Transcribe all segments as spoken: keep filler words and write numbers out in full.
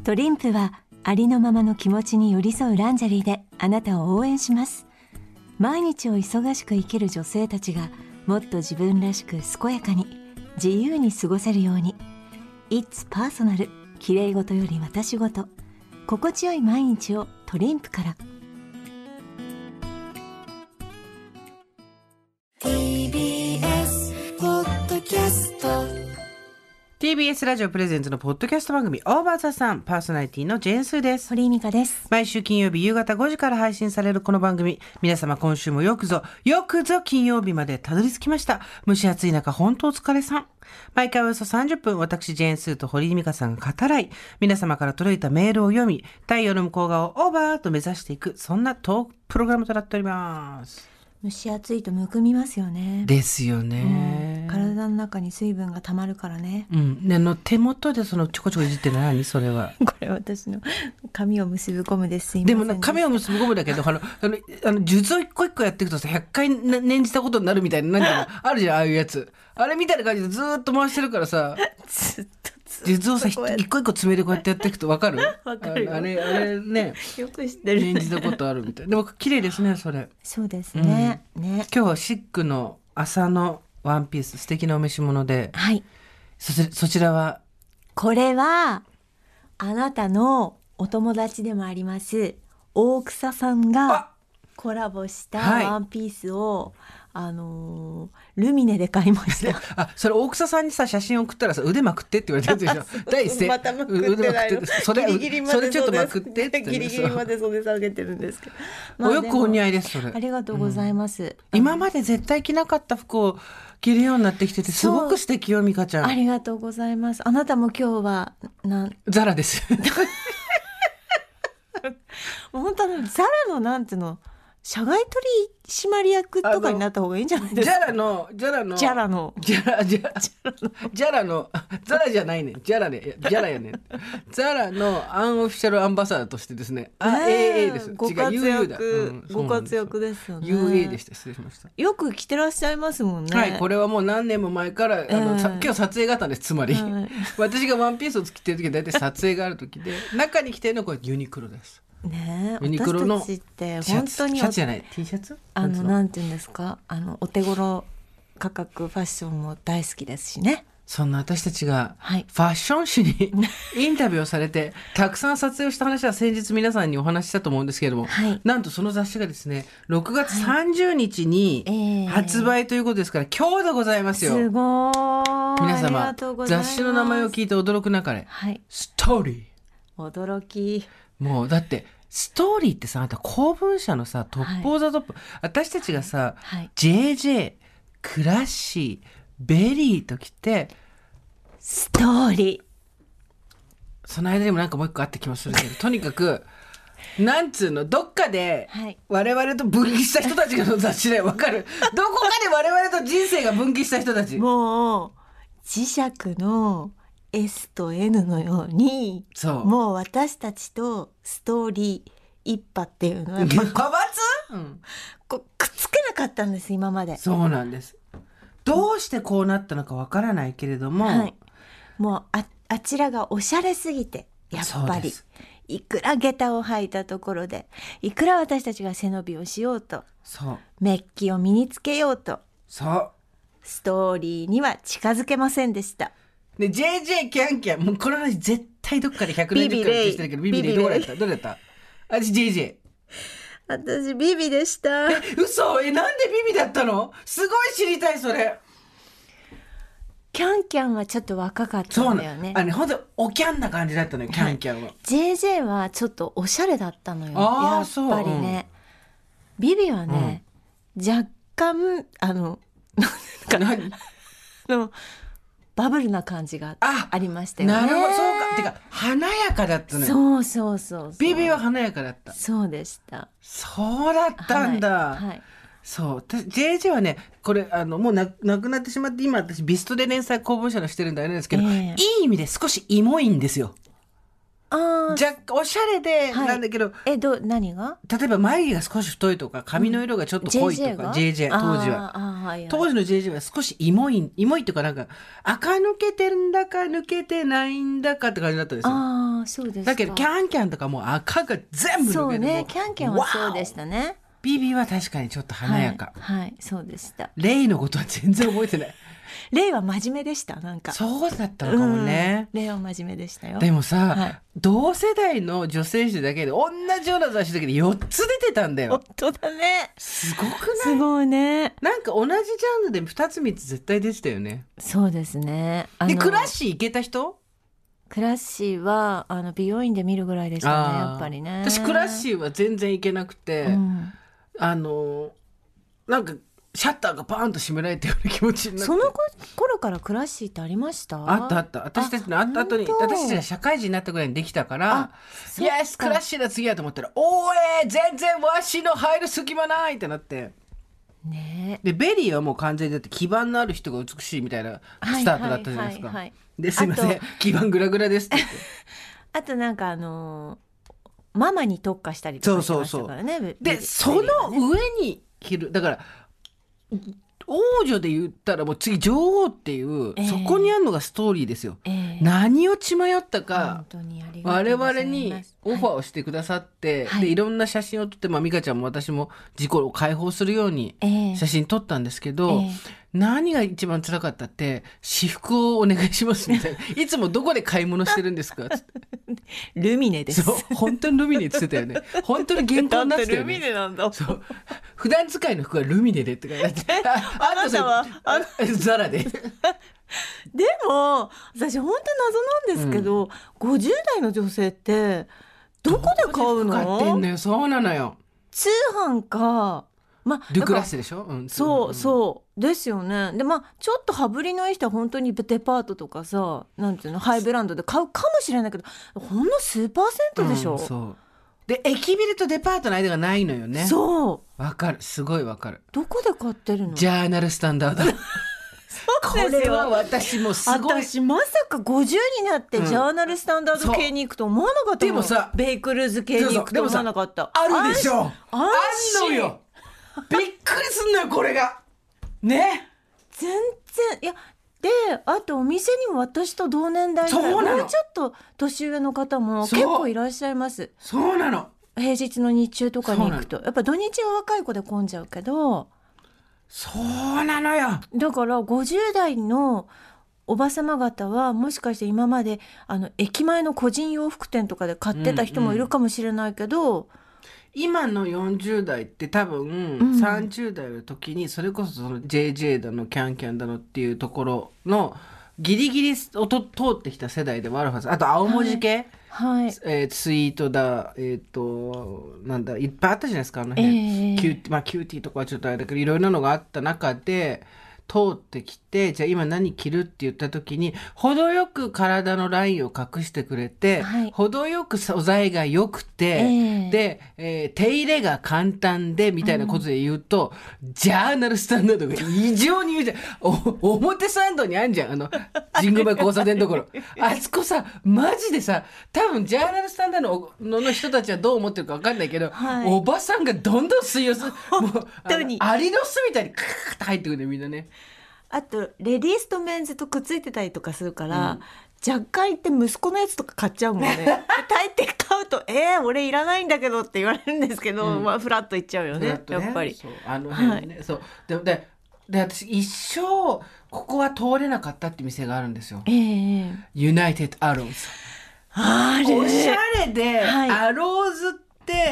トリンプはありのままの気持ちに寄り添うランジェリーであなたを応援します。毎日を忙しく生きる女性たちがもっと自分らしく健やかに自由に過ごせるように。 It's personal きれいごとより私ごと、心地よい毎日をトリンプから。 ティービーエス ポッドキャスト、 ティービーエス ラジオプレゼンツのポッドキャスト番組オーバーザさん、パーソナリティのジェーンスーです。 堀井美香です。 毎週金曜日夕方ごじから配信されるこの番組、皆様今週もよくぞよくぞ金曜日までたどり着きました。蒸し暑い中本当お疲れさん。毎回およそさんじゅっぷん、私ジェーンスーと堀井美香さんが語らい、皆様から届いたメールを読み、太陽の向こう側をオーバーと目指していく、そんなトークプログラムとなっております。 蒸し暑いとむくみますよね。 ですよね、 うん、体の中に水分がたまるからね。 うん、であの手元でそのちょこちょこいじってるの何それは。 これ私の髪を結ぶゴムです。すいません。 でも髪を結ぶゴムだけど、あのあのあの術を一個一個やっていくとさひゃっかい念じたことになるみたいな、なんていうのあるじゃん、ああいうやつ。あれみたいな感じでずーっと回してるからさ、 ずっと術をさ一個一個爪でこうやってやっていくと分かる？ わかるよ。 あれあれね、 よく知ってる、ね。 念じたことあるみたい。でも綺麗ですねそれ。 そうですね。うん、ね。 今日はシックの朝のワンピース、素敵なお召し物で。 はい。 そちそちらは？これはあなたのお友達でもあります大草さんがコラボしたワンピースを、はい、あのー、ルミネで買いました。 あ、それ大草さんにさ写真送ったらさ、腕まくってって言われてるでしょ。第一声またまくってないの。 それギリギリまでそれちょっとまくってってギリギリまで袖下げてるんですけど、 まあ、よくお似合いですそれ。 ありがとうございます、うん、 今まで絶対着なかった服を着るようになってきててすごく素敵よ美香ちゃん。 ありがとうございます。あなたも今日はなんザラですもう本当にザラのなんていうの、社外取締役とかになった方がいいんじゃないですか。 ジャラのジャラのジャラのジャラジャラジャラのザラじゃないね、ジャラね、ジャラやねザラのアンオフィシャルアンバサダーとしてですね、あ、エーエー です。 ご活躍、 違う ユーユー だ、うん、 ご活躍ですよね。 ユーエー でした。失礼しました。 よく着てらっしゃいますもんね。 はい、これはもう何年も前からあの、えー、今日撮影があったんです。つまり、はい、私がワンピースを着てる時は大体撮影がある時で中に着てるのはこれユニクロです。 ね、 ユニクロの私たちって本当にシャツじゃない T シャツ、 あのなんていうんですか、あのお手頃価格ファッションも大好きですしね。 そんな私たちがファッション誌にインタビューをされてたくさん撮影をした話は先日皆さんにお話ししたと思うんですけれども、はい、なんとその雑誌がですねろくがつさんじゅうにちに発売ということですから、今日でございますよ。 すごい。 皆様雑誌の名前を聞いて驚くなかれ、はい、ストーリー驚き。 もうだってストーリーってさ、あなた公文社のさトップオブザトップ、はい、私たちがさ、はい、ジェージェー クラッシーベリーときてストーリー、その間にもなんかもう一個あった気もするけどとにかくなんつうの、どっかで我々と分岐した人たちがの雑誌でわかるどこかで我々と人生が分岐した人たち、 もう磁石の エス と エヌ のように、そうもう私たちとストーリー一派っていうのは派閥、うん、 こうくっつけなかったんです、今まで。 そうなんです。どうしてこうなったのかわからないけれども、はい、 もう あ, あちらがおしゃれすぎて、やっぱりいくら下駄を履いたところで、いくら私たちが背伸びをしようと、そうメッキを身につけようと、そうストーリーには近づけませんでした。 で ジェージェー キャンキャン、もうこの話絶対どっかでひゃくねんじゅっかいしてるけど、ビビレイどうだったどうだった？私 ジェージェー、 私ビビでした。 え、嘘？え、なんでビビだったの？すごい知りたいそれ。 キャンキャンはちょっと若かったんだよね。 あれ本当おキャンな感じだったのよ、キャンキャンは。 ジェージェー はちょっとおしゃれだったのよ。やっぱりね、うん、ビビはね、うん、若干あの何のバブルな感じがありましたよね。 なるほど、そうか。てか華やかだったのよ。 そうそうそうそう。 ビビは華やかだった。 そうでした。 そうだったんだ。はい。はい、そう。ジェージェー はね、これあのもう な, なくなってしまって、今私ビストで連載公文社のしてるんであれですけど、えー、いい意味で少しイモいんですよ。 あ若干おしゃれではいなんだけど、 えど何が例えば眉毛が少し太いとか髪の色がちょっと濃いとか、ジェイジェイ 当時はあーあーはいはい、 当時の ジェイジェイ は少しイモいイモいっていうかなんか垢抜けてるんだか抜けてないんだかって感じだったんですよ。 ああそうですか。 だけどキャンキャンとかもう赤が全部抜けてそうねもうキャンキャンはそうでしたね。 ビビは確かにちょっと華やか、 はい、はい、そうでした。 レイのことは全然覚えてない。 レイは真面目でしたなんか。 そうだったのかもね、 うん、レイは真面目でしたよ。 でもさ、 はい、 同世代の女性誌だけで同じような雑誌だけでよっつ出てたんだよ。 本当だね。 すごくない？ すごいね。 なんか同じジャンルでふたつみっつ絶対出てたよね。 そうですね。あのでクラッシー行けた人？ クラッシーはあの美容院で見るぐらいでしたねやっぱりね。 私クラッシーは全然行けなくて、 うん、 あのなんかシャッターがパーンと閉められたような気持ちになって。 その頃からクラッシーってありました？ あったあった。私たちのあった後に本当私たちが社会人になったぐらいにできたから、 そっかイエスクラッシーだ次やと思ったら、おーえー全然わしの入る隙間ないってなって。 ね、 でベリーはもう完全にだって基盤のある人が美しいみたいなスタートだったじゃないですか。 はいはいはいはい、 ですいません基盤グラグラですって言ってあとなんかあのー、ママに特化したりとかしてましたからね。 そうそうそうでその上に着るだから王女で言ったらもう次女王っていう、えー、そこにあるのがストーリーですよ、えー、何を血迷ったか我々にオファーをしてくださって、はい、でいろんな写真を撮って、まあ、美香ちゃんも私も自己を解放するように写真撮ったんですけど、えーえー、何が一番辛かったって私服をお願いしますみたいないつもどこで買い物してるんですかつってルミネです。 そう本当にルミネって言ってたよね。本当に原稿になってたよね。 ルミネなんだ。 そう普段使いの服はルミネでって書いてあってああなたはあザラででも私本当謎なんですけど、うん、ごじゅう代の女性ってどこで買うの？ どこで買ってんのよ。そうなのよ。 通販かまあ、 ルクラッセでしょ、うん、 そうそうですよね。でまあちょっと羽振りのいい人は本当にデパートとかさなんていうのハイブランドで買うかもしれないけどほんの数パーセントでしょ、 うん、そうで駅ビルとデパートの間がないのよね。 そうわかるすごいわかる。 どこで買ってるの？ ジャーナルスタンダードこれは私もすごい私まさかごじゅうになってジャーナルスタンダード系に行くと思わなかった。 でもさベイクルーズ系に行くと思わなかった。 あるでしょ。あんのよびっくりすんのよこれがね。 全然いやであとお店にも私と同年代ぐらいもうちょっと年上の方も結構いらっしゃいます。 そうなの。 平日の日中とかに行くとやっぱ土日は若い子で混んじゃうけどそうなのよ。 だからごじゅう代のおばさま方はもしかして今まであの駅前の個人洋服店とかで買ってた人もいるかもしれないけど、うんうん今のよんじゅう代って多分、うん、さんじゅう代の時にそれこそその ジェイジェイ だのキャンキャンだのっていうところのギリギリをと通ってきた世代でもあるはず。あと青文字系、 はいはいえー、ツイートだえっ、ー、となんだいっぱいあったじゃないですかあの辺、えーキューティーまあ、キューティーとかはちょっとあれだけどいろいろなのがあった中で通ってきてじゃあ今何着るって言った時に程よく体のラインを隠してくれて、はい、程よく素材が良くて、えー、で、えー、手入れが簡単でみたいなことで言うと、うん、ジャーナルスタンダードが異常に言うじゃんお表参道にあんじゃんあの神宮前交差点のところあそこさマジでさ多分ジャーナルスタンダード の, の人たちはどう思ってるか分かんないけど、はい、おばさんがどんどん吸い寄せもうアリの巣みたいにクーッと入ってくるねみんなね。 あとレディースとメンズとくっついてたりとかするから、うん、若干行って息子のやつとか買っちゃうもんね大抵買うとえー、俺いらないんだけどって言われるんですけど、うんまあ、フラッと行っちゃうよ ね, ねやっぱりそうあの辺ね、はい、そうででで私一生ここは通れなかったって店があるんですよ、 えー、 ユナイテッドアローズあれおしゃれで、はい、アローズって、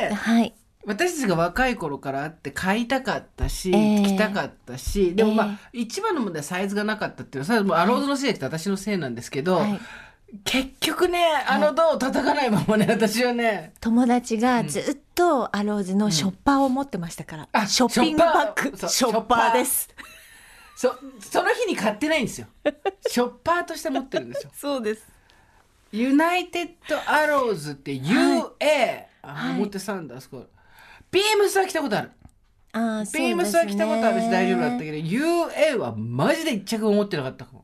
はい、 私たちが若い頃からあって買いたかったし、えー、着たかったしでもまあ、えー、一番の問題はサイズがなかったっていうのはそれはもうアローズのせいって私のせいなんですけど、はい、結局ねあの銅を叩かないままね私はね友達がずっとアローズのショッパーを持ってましたから、うん、ショッピングバッグショッパーですそ, その日に買ってないんですよショッパーとして持ってるんですよそうですユナイテッドアローズって ユーエー、はい、あ表参道あそこビームスは来たことあるああビームスは来たことあるし大丈夫だったけど ユーエー はマジで一着も持ってなかったかも。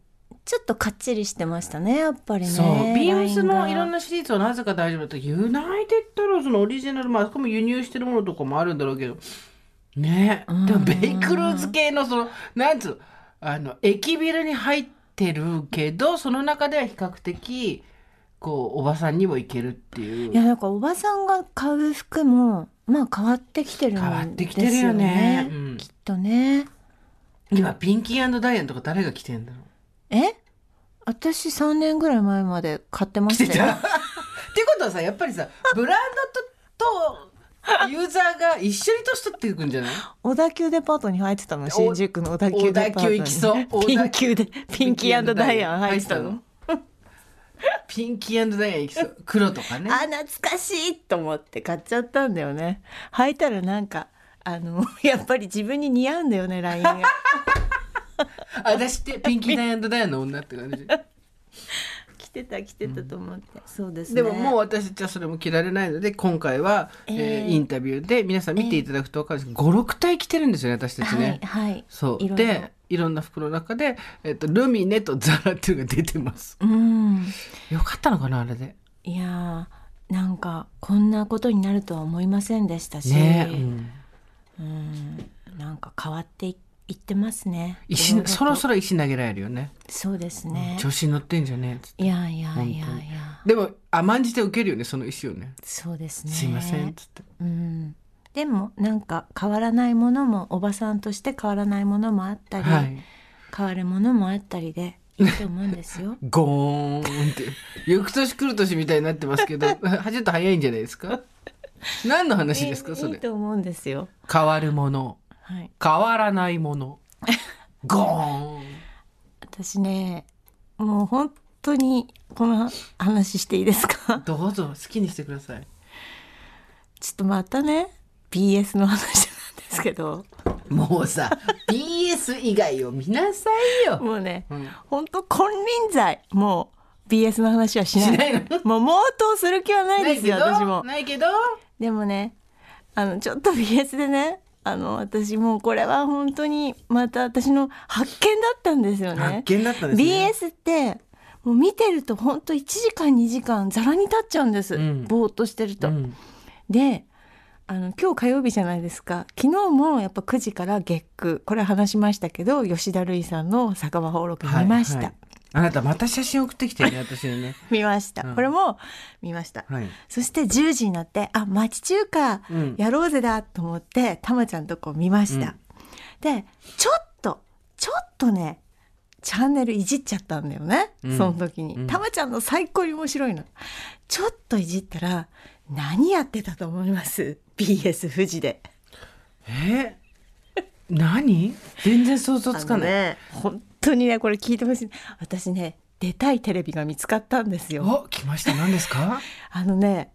ちょっとかっちりしてましたねやっぱりね。 そうビームスのいろんななシリーズはなぜか大丈夫だった。ユナイテッドローズのオリジナル、まあそこも輸入してるものとかもあるんだろうけどね。でもベイクルーズ系のそのなんつうのあの駅ビルに入ってるけどその中では比較的こうおばさんにも行けるっていう。 いやなんかおばさんが買う服もまあ変わってきてるんですよね。 変わってきてるよね、うん、 きっとね。 今ピンキー&ダイアンとか誰が着てんだろう。 え私さんねんぐらい前まで買ってましたよ。 着てたってことはさやっぱりさブランドととユーザーが一緒に年取っていくんじゃない。 小田急デパートに入ってたの。新宿の小田急デパートに。 小田急行きそう。 ピンキューでピンキー&ダイアン入ってたの。 ピンキー&ダイアン行きそう。黒とかね。 あ懐かしいと思って買っちゃったんだよね。履いたらなんかあのやっぱり自分に似合うんだよねラインが。 私ってピンキーダイアンダイアンの女って感じ。 着てた着てたと思って、うん、そうですね。 でももう私たちはそれも着られないので今回は、えーえー、インタビューで皆さん見ていただくと分かるんですけど、えー、ごろく体着てるんですよね私たちね。 はい、はい、 そういろいろでいろんな服の中で、えっと、ルミネとザラっていうのが出てます。 うんよかったのかなあれで。 いやなんかこんなことになるとは思いませんでしたし、 ね、うんうん、なんか変わってい言ってますね。 石そろそろ石投げられるよね。 そうですね、 うん、調子に乗ってんじゃねえっつって。 いやいやいやいやでも甘んじて受けるよねその石をね。 そうですねすいませんっつって、 うん、でもなんか変わらないものもおばさんとして変わらないものもあったり、はい、変わるものもあったりでいいと思うんですよ。 ゴーンって翌年来る年みたいになってますけどちょっと早いんじゃないですか。何の話ですかそれ。 いいと思うんですよ。 変わるもの、はい、変わらないものゴーン。 私ねもう本当にこの話していいですか。 どうぞ好きにしてください。 ちょっとまたね ビーエス の話なんですけどもうさビーエス 以外を見なさいよ。 もうね、うん、本当金輪際もう ビーエス の話はしない。 しないのもう妄想する気はないですよ私も。 ないけどでもねあのちょっと ビーエス でねあの私もうこれは本当にまた私の発見だったんですよね。 発見だったんですね。 ビーエス ってもう見てると本当いちじかんにじかんざらに立っちゃうんです、うん、ぼーっとしてると、うん、であの今日火曜日じゃないですか。昨日もやっぱくじから月くこれ話しましたけど吉田類さんの酒場放浪記見ました、はいはい、 あなたまた写真送ってきてね私にね見ました、うん、これも見ました、はい、そしてじゅうじになってあ町中華やろうぜだと思って、うん、たまちゃんのとこ見ました、うん、でちょっとちょっとねチャンネルいじっちゃったんだよね、うん、その時に、うん、たまちゃんの最高に面白いのちょっといじったら何やってたと思います ビーエス 富士で。 え何全然想像つかない、 ね、本当にねこれ聞いてほしい。私ね出たいテレビが見つかったんですよ。 お来ました。何ですか。 あのね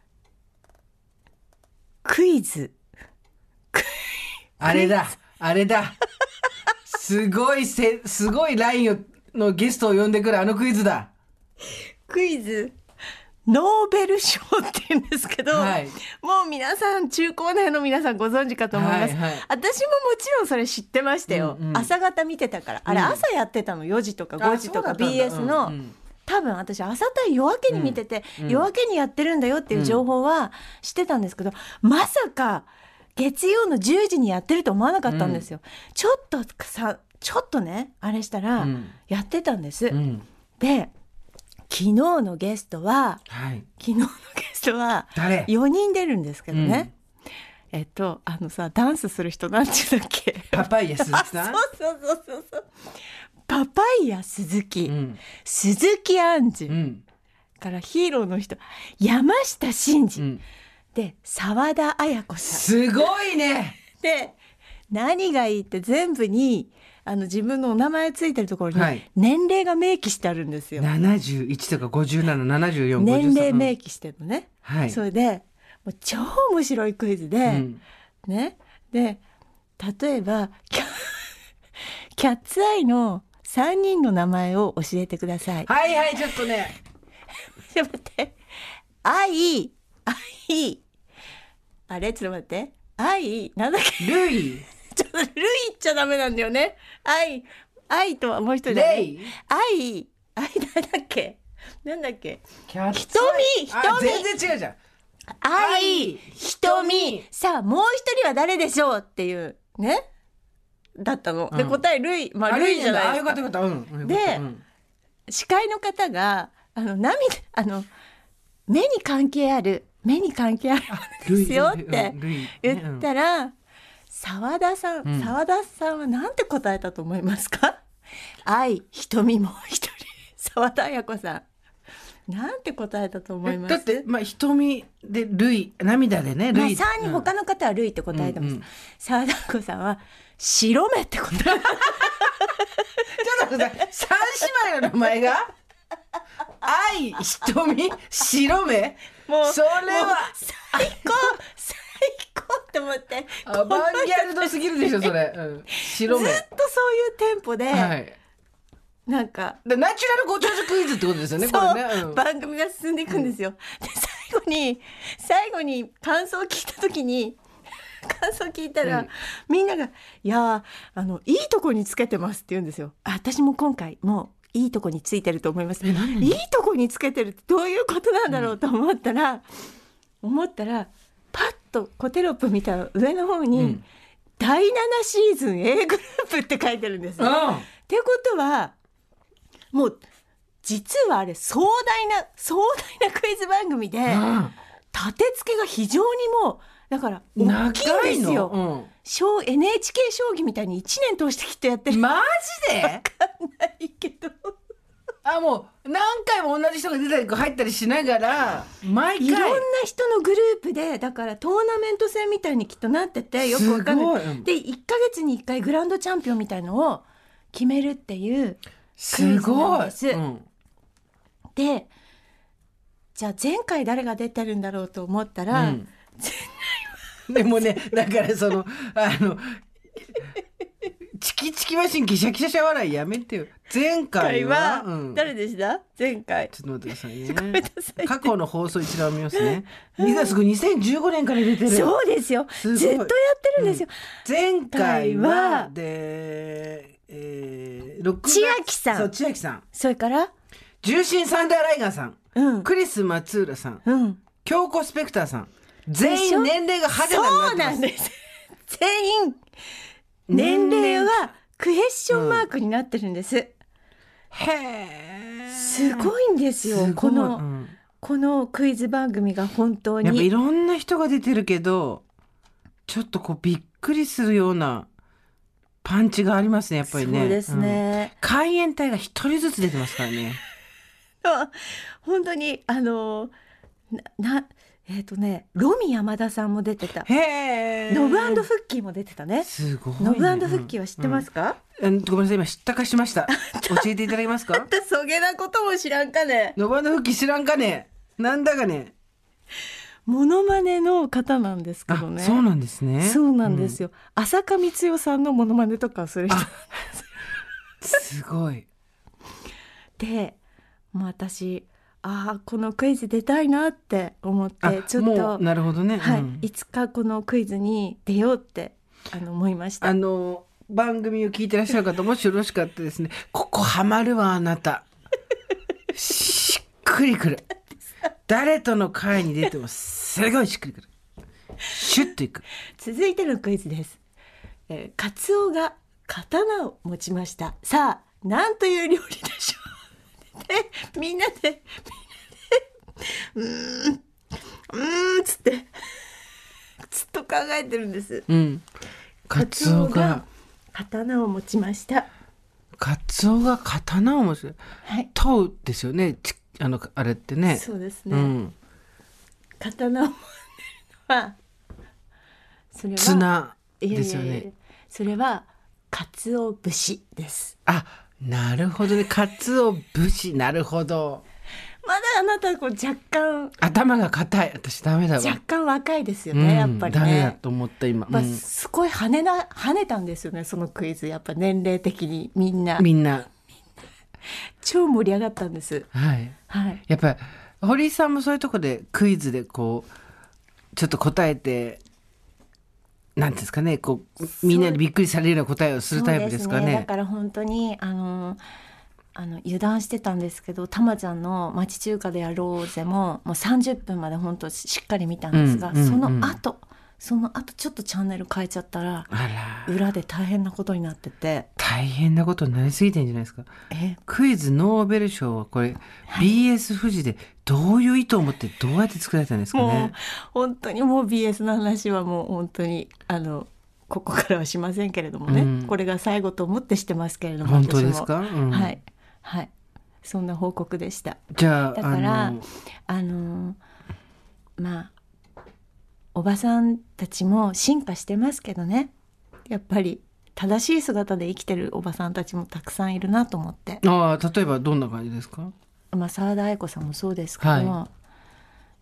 クイズあれだあれだすごいせすごいラインのゲストを呼んでくるあのクイズだ。 クイズノーベル賞って言うんですけど、はい、もう皆さん中高年の皆さんご存知かと思います、はいはい、私ももちろんそれ知ってましたよ、うんうん、朝方見てたからあれ朝やってたのよじとかごじとか ビーエス の、うんうん、多分私朝帯夜明けに見てて、うんうん、夜明けにやってるんだよっていう情報は知ってたんですけど、うん、まさか月曜のじゅうじにやってると思わなかったんですよ、うん、ちょっとさちょっとねあれしたらやってたんです、うん、で昨日のゲストは、はい、昨日のゲストはよにん出るんですけどね、うん、えっとあのさダンスする人なんていうんだっけ。 パパイヤ鈴木さんそうそうそうそうそうパパイヤ鈴木、うん、鈴木杏樹、うん、からヒーローの人山下真司、うん、で澤田綾子さん。 すごいね。 で何がいいって全部にあの自分のお名前ついてるところに年齢が明記してあるんですよ、 はい、ななじゅういちとかごじゅうなな、ななじゅうよん、 年齢明記してるのね、 はい、 それでもう超面白いクイズで、うんね、で例えばキャ、キャッツアイのさんにんの名前を教えてください。 はいはいちょっとねちょっと待ってアイアイあれちょっと待ってアイなんだっけルイちょっとルイ言っちゃダメなんだよね。アイ愛とはもう一人だね。 レイ愛愛なんだっけなんだっけキャッツ瞳瞳あ全然違うじゃん。 愛瞳さあもう一人は誰でしょうっていうねだったの、でうん答えルイ、まあ、ルイじゃないですか。 あよかったよかった、うん、 でよかったうん司会の方があの涙あの目に関係ある目に関係あるんですよってルイ言ったら澤田さんうん澤田さんはなんて答えたと思いますか？愛瞳もう一人澤田彩子さんなんて答えたと思います？ だってまあ瞳でルイ涙でねルイ、 まあ、さんに他の方はルイって答えてます。 うんうん澤田彩子さんは白目って答えちょっと待って三姉妹の名前が愛瞳白目もうそれはもう最高最高って思ってアバンギャルドすぎるでしょそれ、うん、白目ずっとそういうテンポで、 はいなんかでナチュラルご長寿クイズってことですよねこそう、 れね、うん、 番組が進んでいくんですよ、で最後に最後に感想を聞いた時に感想聞いたら、 うんみんながいやあのいいとこにつけてますって言うんですよ。あ私も今回もういいとこについてると思います。いいとこにつけてるってどういうことなんだろうと思ったら、うん、思ったらパッとこうテロップ見たら上の方に、うん、だいななシーズン A グループって書いてるんですよ。ってことはもう実はあれ壮大な壮大なクイズ番組で、うん、立て付けが非常にもうだから大きいんですよ、うん、小 エヌエイチケー 将棋みたいにいちねん通してきっとやってる。 マジでわかんないけどあもう何回も同じ人が出たり入ったりしながら毎回いろんな人のグループでだからトーナメント戦みたいにきっとなっててよくわかんない、うん、でいっかげつにいっかいグランドチャンピオンみたいのを決めるっていうクイズなんです。すごい、うん、でじゃあ前回誰が出てるんだろうと思ったら、うん、 でもねだからそのあのチキチキマシンキシャキシャシャ笑いやめてよ。前回は、 うん、誰でした？前回ちょっと待ってくださいね。ごめんなさい過去の放送一覧を見ますね。いざすぐにせんじゅうごねんから出てる。 そうですよずっとやってるんですよ、 うん、前回はで、えー、 千秋さんそう千秋さんそれから重心サンダーライガーさん、 うん、 クリス松浦さん、 うん、 京子スペクターさん全員年齢が派手になってます。 そうなんです全員年齢はクエスチョンマークになってるんです、うん、 へーすごいんですよ。この、うん、このクイズ番組が本当にやっぱいろんな人が出てるけどちょっとこうびっくりするようなパンチがありますねやっぱりね。 そうですね、 うん、海援隊が一人ずつ出てますからね本当にあのななえっ、ー、とねロミ山田さんも出てた。 へーノブ&フッキーも出てたね。 すごい、ね、 ノブ&フッキーは知ってますか？ うんうん、ごめんなさい今知ったかしました教えていただけますか？ だってそげなことも知らんかね。 ノブ&フッキー知らんかねなんだかねモノマネの方なんですけどね。 そうなんですね。 そうなんですよ、うん、浅香光代さんのモノマネとかする人すごいでもう私あこのクイズ出たいなって思ってちょっとなるほどね、 はいうん、 いつかこのクイズに出ようってあの思いました。 あの番組を聞いてらっしゃる方もしよろしかったですねここハマるわあなたしっくりくる誰との会に出てもすごいしっくりくるシュッといく。 続いてのクイズです、えー、カツオが刀を持ちました。さあ何という料理でしょうでみんなでみんなでうーんうーんつってずっと考えてるんです、 うん、カツオが刀を持ちました。 カツオが刀を持つ、 はい、 問うですよねあのあれってね。 そうですね、うん、刀を持ってるのはそれは綱ですよね。 いやいやいやそれはカツオ節です。 あなるほどねカツオ節なるほど。 まだあなたこう若干頭が硬い私ダメだわ。 若干若いですよね、うん、やっぱりねダメだと思った今、 まあ、すごい跳ねな跳ねたんですよねそのクイズ。やっぱ年齢的にみんなみんな超盛り上がったんです。 はい、 はい、 やっぱり堀井さんもそういうとこでクイズでこうちょっと答えてなんていうんですかね、こうみんなにびっくりされるような答えをするタイプですかね。 そうですね。だから本当にあのあの油断してたんですけど、たまちゃんの町中華でやろうぜももうさんじゅっぷんまで本当しっかり見たんですが、 うんうんうん、 その後その後ちょっとチャンネル変えちゃったらあら裏で大変なことになってて。 大変なことになりすぎてんじゃないですか。 えクイズノーベル賞はこれ、はい、ビーエス 富士でどういう意図を持ってどうやって作られたんですかね。 もう本当にもう ビーエス の話はもう本当にあのここからはしませんけれどもね、うん、これが最後と思ってしてますけれども。 本当ですか、うん、 はいはい、そんな報告でした。 じゃあだからあのあのまあおばさんたちも進化してますけどね、やっぱり正しい姿で生きてるおばさんたちもたくさんいるなと思って。 ああ、例えばどんな感じですか。 まあ澤田愛子さんもそうですけど、はい、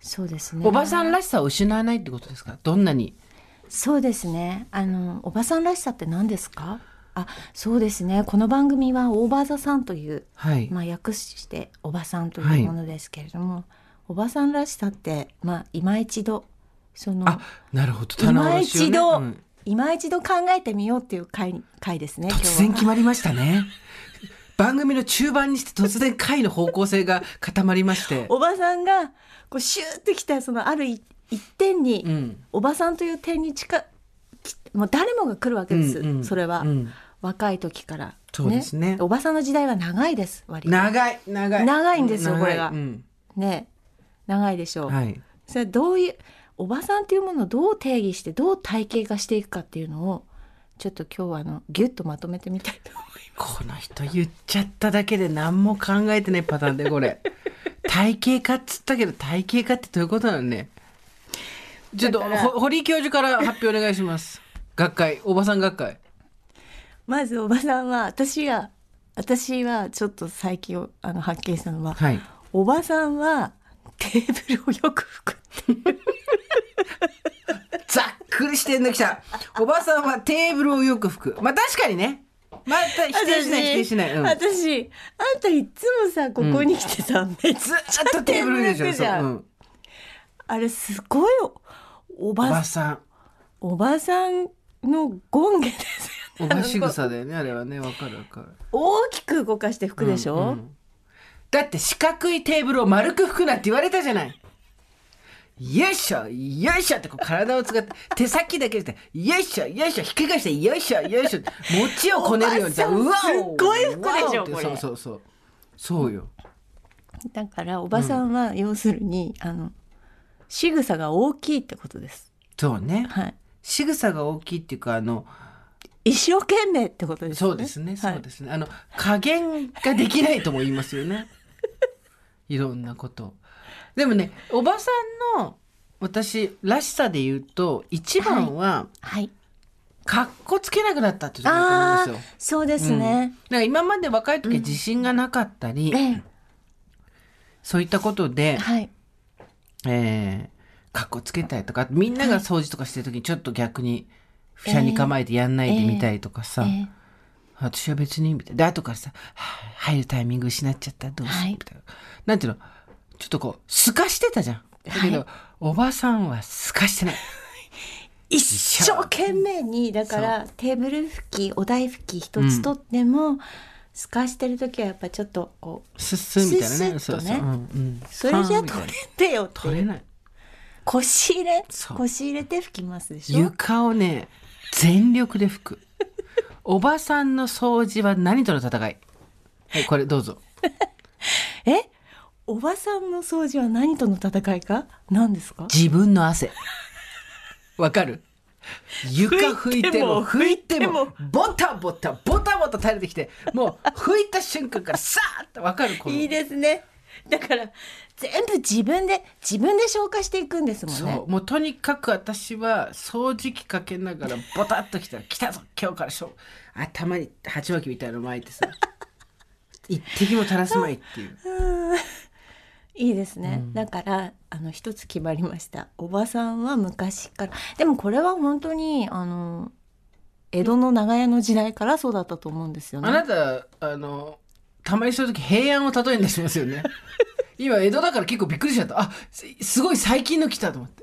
そうですね、 おばさんらしさを失わないってことですか。どんなに。 そうですね、あのおばさんらしさって何ですか。あ、そうですね、この番組はオーバーザさんという、はい、まあ、訳しておばさんというものですけれども、はい、おばさんらしさって、まあ、今一度そのあ、なるほど、 今一度、 うん、 今一度考えてみようっていう回、回ですね。 突然決まりましたね番組の中盤にして突然回の方向性が固まりましておばさんがこうシューってきたそのある一点に、うん、おばさんという点に近もう誰もが来るわけです、うんうん、それは、うん、若い時から、ね、 そうですね。 おばさんの時代は長いです。割と長い長い長いんですよ、これが、 うん、 ね、長いでしょう、 はい、 それどういうおばさんというものをどう定義してどう体系化していくかっていうのをちょっと今日はあのギュッとまとめてみたいと思います。 この人言っちゃっただけで何も考えてないパターンでこれ体系化っつったけど体系化ってどういうことなのね。ちょっと堀教授から発表お願いします学会、おばさん学会。 まずおばさんは私は私はちょっと最近あの発見したのは、はい、おばさんはテーブルをよく拭くっていうざっくりしてんのきた。おばさんはテーブルをよく拭く。まあ確かにね、また否定しない否定しない、うん、 私あんたいつもさここに来てさ、うん、めっちゃずっとテーブルでしょ。そう、うん、 あれすごいおば、 おばさんおばさんの権下ですよね。おばしぐさだよねあれはね。わかるわかる。 大きく動かして拭くでしょ、うんうん、 だって四角いテーブルを丸く拭くなって言われたじゃない。よいしょよいしょってこう体を使って手先だけでよいしょよいしょひっくり返してよいしょよいしょ餅をこねるようにさ、うわすっごい服でしょこれ。 そうそうそうそうよ。 だからおばさんは要するに、うん、あの仕草が大きいってことです。 そうね、 はい、 仕草が大きいっていうかあの一生懸命ってことですね。 そうですねそうですね、はい、あの加減ができないとも言いますよねいろんなことでもね、おばさんの私らしさで言うと一番は、はいはい、かっこつけなくなったっていうところだと思うんですよ。 そうですね、 うん、だから今まで若い時は自信がなかったり、うん、そういったことで、はいえー、かっこつけたりとかみんなが掃除とかしてる時にちょっと逆にふしゃに構えてやんないでみたいとかさ、えーえー、私は別にみたいなで後からさ、はあ、入るタイミング失っちゃったどうしようみたいな、はい、なんていうのちょっとこうすかしてたじゃん。だけど、はい、おばさんはすかしてない一生懸命にだからテーブル拭きお台拭き一つとっても、うん、すかしてる時はやっぱちょっとこうスッスッみたいなね。 スッスッとね、 そうそう、うんうん、 それじゃ取れてよって取れない。 腰入れ腰入れて拭きますでしょ。 床をね全力で拭くおばさんの掃除は何との戦い。はいこれどうぞえおばさんの掃除は何との戦いか。何ですか。 自分の汗わかる。床拭いても拭いてもボタボタボタボタ垂れてきてもう拭いた瞬間からさーってわかる。このいいですね。だから全部自分で自分で消化していくんですもんね。 そうもうとにかく私は掃除機かけながらボタッときたら来たぞ今日からしょ頭に鉢巻きみたいなの巻いてさ一滴も垂らすまいっていういいですね、うん、だからあの一つ決まりました。おばさんは昔からでもこれは本当にあの江戸の長屋の時代からそうだったと思うんですよね。 あなたあのたまにそういう時平安を例えに出しますよね今江戸だから結構びっくりしちゃった。あ す, すごい最近の来たと思って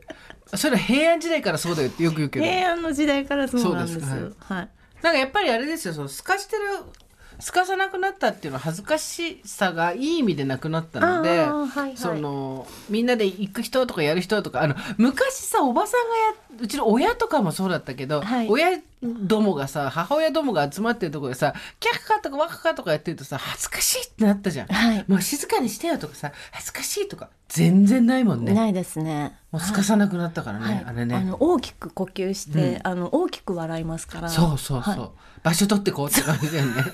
それは平安時代からそうだよってよく言うけど、 平安の時代からそうなんですそうですよ。はい。 なんかやっぱりあれですよ、その透かしてる透かさなくなったっていうのは恥ずかしさがいい意味でなくなったので、 あーはいはいそのみんなで行く人とかやる人とか、あの昔さおばさんがやうちの親とかもそうだったけど、 はい親どもがさ母親どもが集まってるところでさキャッカとかワカカとかやってるとさ恥ずかしいってなったじゃん、 はいもう静かにしてよとかさ恥ずかしいとか全然ないもんね。 ないですね。 もう透かさなくなったからね、 はい、 あれね。 あの大きく呼吸して、 うんあの大きく笑いますから。 そうそうそう、 はい場所取ってこうって感じだよね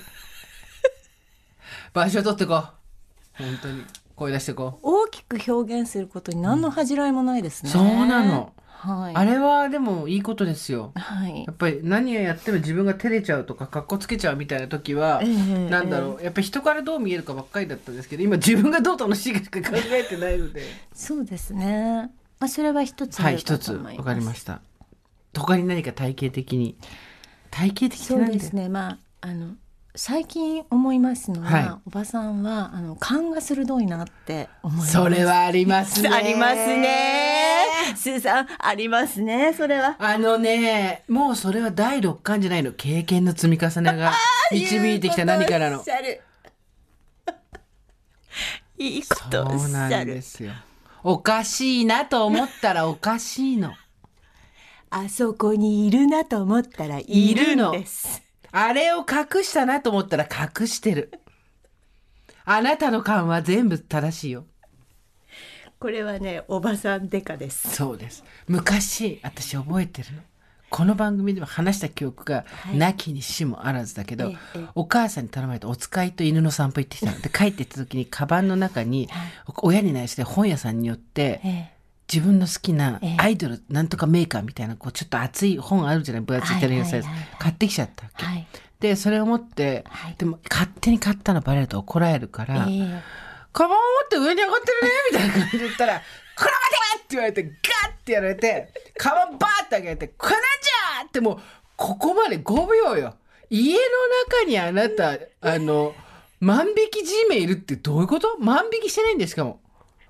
場所取ってこう、本当に声出してこう、 大きく表現することに何の恥じらいもないですね。 そうなの、 はい。 あれはでもいいことですよ。 はいやっぱり何をやっても自分が照れちゃうとかかっこつけちゃうみたいな時は、 ええなんだろう、やっぱり人からどう見えるかばっかりだったんですけど、今自分がどう楽しいかしか考えてないのでそうですね。まあそれは一つあるはい、一つかと思います。 わかりました。他に何か体系的に体系的ってそうなんでですね。まああの最近思いますのは、 はいおばさんはあの勘が鋭いなって思います。 それはありますね。 ありますね。スーさんありますね。それは。 あのね、もうそれはだいろっかんじゃないの、経験の積み重ねが導いてきた何かなの。 いいことおっしゃるいいことおっそうなしゃる。 んですよ。おかしいなと思ったらおかしいの。 あそこにいるなと思ったらいるんです。 あれを隠したなと思ったら隠してる。あなたの勘は全部正しいよ。 これはね、おばさんデカです。 そうです。昔私覚えてるの。この番組でも話した記憶がなきにしもあらずだけど、 ええええお母さんに頼まれてお使いと犬の散歩行ってきたので、帰ってきた時にカバンの中に親に内緒で本屋さんによってええ自分の好きなええアイドルなんとかメーカーみたいなこうちょっと熱い本あるじゃない、分厚いテレビのサイズ、 はいはいはいはい買ってきちゃったわけ、 はい。 でそれを持って、 はいでも勝手に買ったのバレると怒られるから、 ええカバンを持って上に上がってるねみたいな感じで言ったら「これ待て!」って言われてガッてやられてカバンバーって上げて「これなんじゃ!」ってもうここまでごびょうよ。家の中にあなたあの万引き G メいるってどういうこと？万引きしてないんですかも。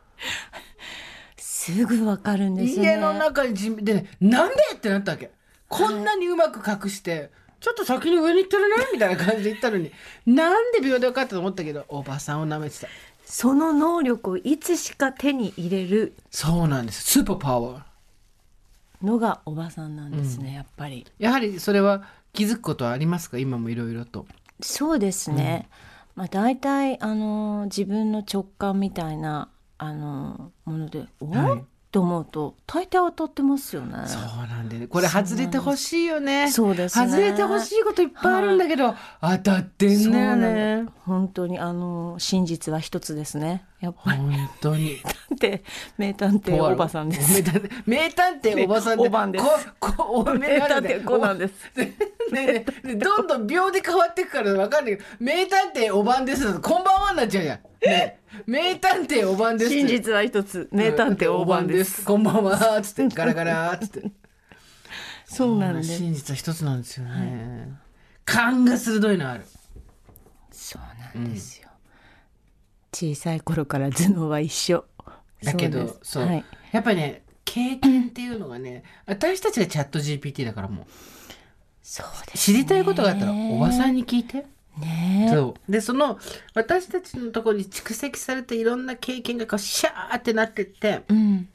すぐわかるんですね。 家の中に G メで、ね、なんでってなったわけ。こんなにうまく隠してちょっと先に上に行ってるねみたいな感じで言ったのになんで秒で分かったと思ったけどおばさんを舐めてた。 その能力をいつしか手に入れるそうなんです。スーパーパワー。 のがおばさんなんですね、やっぱり。 やはりそれは気づくことはありますか？今もいろいろと。 そうですね。まあ大体あの自分の直感みたいなあのもので、お、 はいと思うと大抵当たってますよね。 そうなんでね。これ外れてほしいよね。 そうですね外れてほしいこといっぱいあるんだけど、当たってんだよね。 本当にあの真実は一つですね。やっぱり本当に。 で名探偵おばさんです。 名探偵名探偵おばさんっておばんですここお名探偵コナンです。 ねねねどんどん秒で変わっていくから分かんないけど名探偵おばんですのこんばんはになっちゃうじゃん、ね、名探偵おばんです真実は一つ、名探偵大番です。 こんばんはつってガラガラつってそうなんです。 真実は一つなんですよね、勘が鋭いのある。 そうなんですよ。小さい頃から頭脳は一緒。 だけどそうですそう、 はい、 やっぱりね経験っていうのがね私たちがチャット ジーピーティー だからもうそうですね。 知りたいことがあったらおばさんに聞いて。 ねえ。 そうでその私たちのところに蓄積されたいろんな経験がこうシャーってなってってうん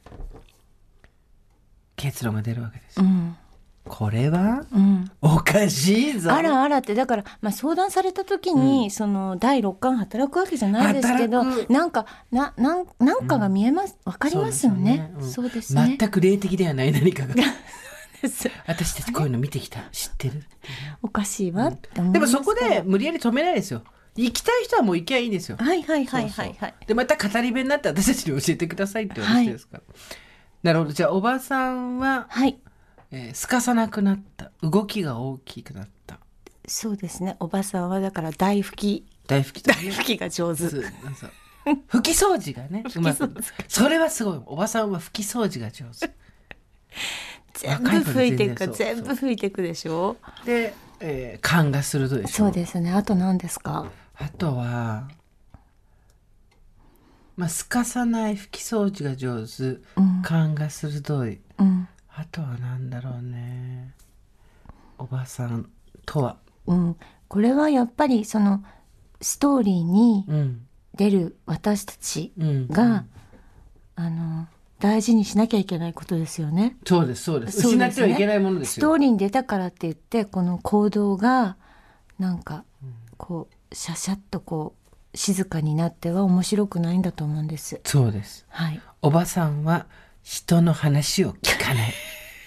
結論が出るわけですよ、 うんこれはうん。 おかしいぞ。 あらあらってだから、まあ、相談された時に、その第六感働くわけじゃないですけど、 働くなんかななんなんかが見えます、わかりますよね。 そそううでよね、 ですすね。 全く霊的ではない何かがです私たちこういうの見てきた知ってるおかしいわって思いでますもそこで無理やり止めないですよ。行きたい人はもう行きゃいいんですよ。 はいはいはいはいはい。 でまた語り部になって私たちに教えてくださいって話ですから、なるほど。じゃあおばさんは、 はい。 えー、すかさなくなった動きが大きくなったそうですね。おばさんはだから大拭き大拭きとかね大拭きが上手。 そうそう拭き掃除がねうまくそれはすごい。おばさんは拭き掃除が上手全部拭いていく若い頃全然そう全部拭いていくでしょ。 で、えー、勘が鋭いでしょ。 そうですね。あと何ですか。 あとはまあすかさない拭き掃除が上手、 うん勘が鋭い、 ううんあとはなんだろうね。おばさんとは、 うん、これはやっぱりそのストーリーにうん出る私たちうんが、あの大事にしなきゃいけないことですよね。 そうですそうです。 そうですね失ってはいけないものですよ。 ストーリーに出たからって言ってこの行動がなんかこうシャシャッとこう静かになっては面白くないんだと思うんです。 そうです。 はい。 おばさんは人の話を聞かない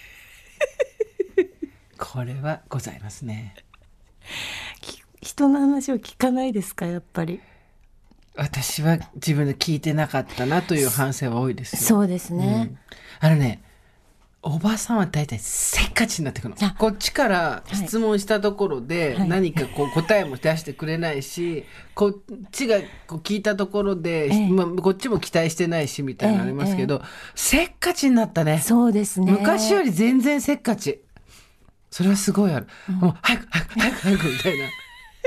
これはございますね。 き人の話を聞かないですか、やっぱり。 私は自分で聞いてなかったなという反省は多いですよ。 そうですね。 あのね、おばさんは大体せっかちになってくるの。 あこっちから質問したところではい何かこう答えも出してくれないし、こっちがこう聞いたところで、 ええまあ、こっちも期待してないしみたいなのありますけど、せっかちになったね。 そうですね。 昔より全然せっかち。それはすごいある。もう早く早く早く早くみたいな。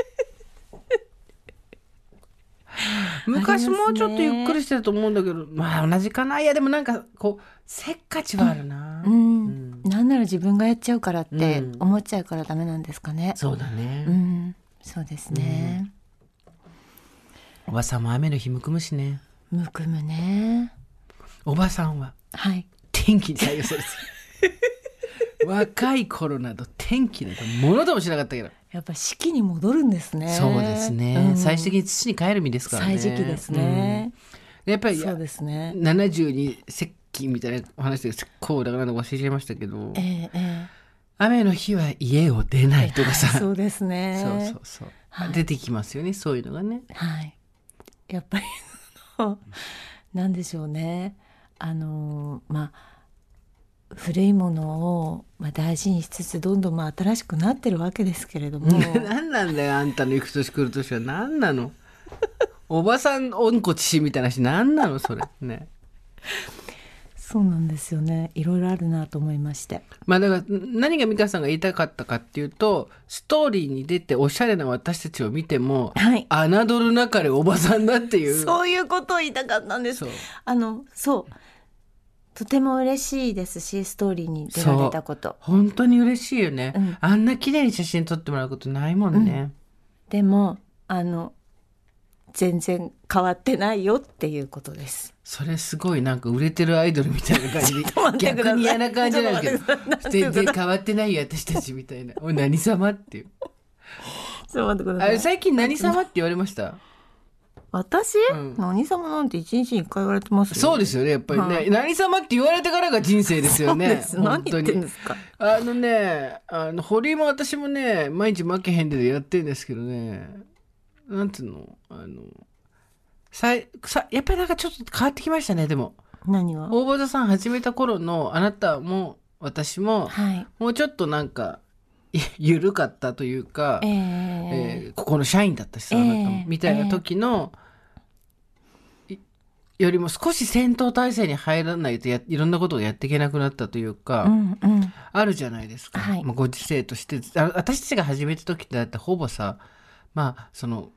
昔もうちょっとゆっくりしてたと思うんだけど、まあ同じかな。いやでもなんかこうせっかちはあるな。 うん、 うんなんなら自分がやっちゃうからってうん思っちゃうからダメなんですかね。 そうだね。 うん、そうですね。 おばさんも雨の日むくむしね。 むくむね。 おばさんははい。 天気に左右されてる若い頃など天気などものともしなかったけど。 やっぱ四季に戻るんですね。 そうですね、 うん最終的に土に帰る身ですからね。 歳時期ですね。 うん、やっぱりそうですね。 ななじゅうに節気みたいなお話で結構だからなんか忘れちゃいましたけど、 えええ雨の日は家を出ないとかえさ、 そうですね。 そうそうそう、 はい出てきますよね、そういうのがね。 はい。やっぱりなんでしょうね。あのまあ古いものを、まあ、大事にしつつどんどんまあ新しくなってるわけですけれども何なんだよあんたの行く年来る年は何なのおばさんおんこちしみたいな話何なのそれね。 そうなんですよね。いろいろあるなと思いまして。 まあだから何が美香さんが言いたかったかっていうと、ストーリーに出ておしゃれな私たちを見ても、 はい侮るなかれおばさんだっていう。 そういうことを言いたかったんです。 そうあのそうとても嬉しいですし、ストーリーに出られたこと。 本当に嬉しいよね、 うんあんな綺麗に写真撮ってもらうことないもんね、 でもあの全然変わってないよっていうことです。 それすごいなんか売れてるアイドルみたいな感じでちょっと待ってください逆に嫌な感じなんだけど、 ちょっと待ってください全然変わってないよ私たちみたいなおい何様っていう。 ちょっと待ってください。 あれ最近何様って言われました？ 私、 うん何様なんて一日に一回言われてますよ。 そうですよねやっぱりね、 はい、 何様って言われてからが人生ですよね。 そうです。何言ってんですか。 あのね、あの堀井も私もね毎日負けへんでやってるんですけどね、なんていうの、あのささやっぱりなんかちょっと変わってきましたね。でも何が。 大場さん始めた頃のあなたも私も、 はい。 もうちょっとなんかい緩かったというか、 えーえーここの社員だったしさ、あなたもえーみたいな時の、いよりも少し戦闘態勢に入らないとやいろんなことをやっていけなくなったというか、 うんうん。 あるじゃないですか、 はいまあ、ご時世としてあ私たちが始めた時ってだってほぼさ、まあその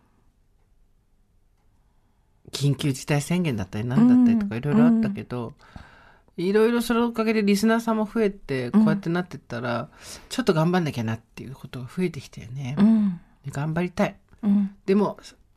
緊急事態宣言だったり何だったりとかいろいろあったけど、いろいろそのおかげでリスナーさんも増えてこうやってなってったら、ちょっと頑張んなきゃなっていうことが増えてきたよね、 うん頑張りたい。 うんでも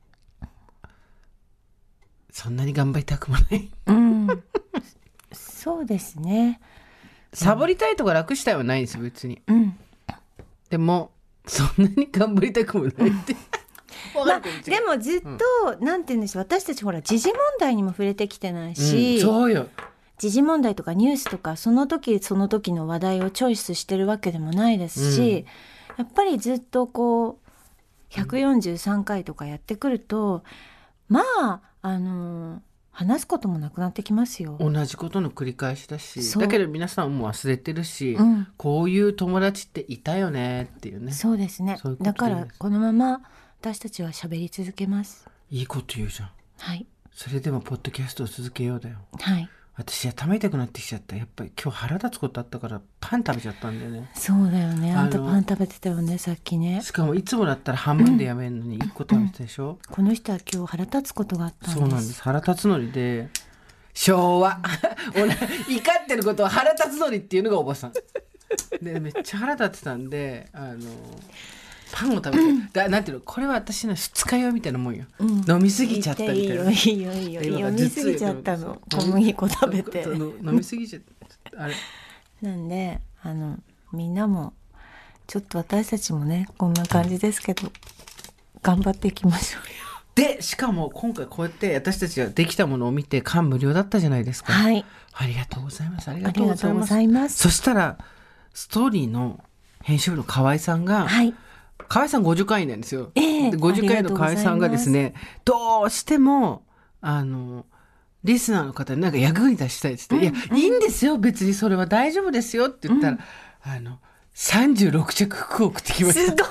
そんなに頑張りたくもないうんそうですね。 サボりたいとか楽したいはないんですよ別に。 うん。 でもそんなに頑張りたくもないってわまあかるかもしれでないもずっと、なんて言うんでしょう、私たちほら時事問題にも触れてきてないし、 うん、そうよ。 時事問題とかニュースとかその時その時の話題をチョイスしてるわけでもないですし、やっぱりずっとこうひゃくよんじゅうさんかいとかやってくると、まああの話すこともなくなってきますよ。 同じことの繰り返しだし、 そうだけど皆さんもう忘れてるし、 うんこういう友達っていたよねっていうね。 そうですね。 そういうことだかでいいですらこのまま私たちは喋り続けます。 いいこと言うじゃん。 はいそれでもポッドキャストを続けようだよ。 はい。 私頭痛くなってきちゃった。やっぱり今日腹立つことあったからパン食べちゃったんだよね。 そうだよね。あんたあのパン食べてたよねさっきね。 しかもいつもだったら半分でやめるのにいっこ食べてたでしょ、 この人は今日腹立つことがあったんです。 そうなんです。腹立つのりで昭和俺怒ってることを腹立つのにっていうのがおばさんでめっちゃ腹立ってたんであのパンを食べて、うん、だなんていうのこれは私の二日酔いみたいなもんよ、うん、飲みすぎちゃったみたいな。 いいよいいよいいよ飲みすぎちゃったの小麦粉食べて飲みすぎちゃったあれなんであのみんなもちょっと私たちもねこんな感じですけど頑張っていきましょうよ。 でしかも今回こうやって私たちができたものを見て感無量だったじゃないですか。 はいありがとうございますありがとうございます。そしたらストーリーの編集部の河合さんが、はい、河合さんごじゅっかいなんですよ、えー、でごじゅっかいの河合さんがですねどうしてもあのリスナーの方になんか役に立ちたいって言って、うん、いやいいんですよ別にそれは大丈夫ですよって言ったら、うん、あのさんじゅうろくちゃく服を送ってきました。 すごい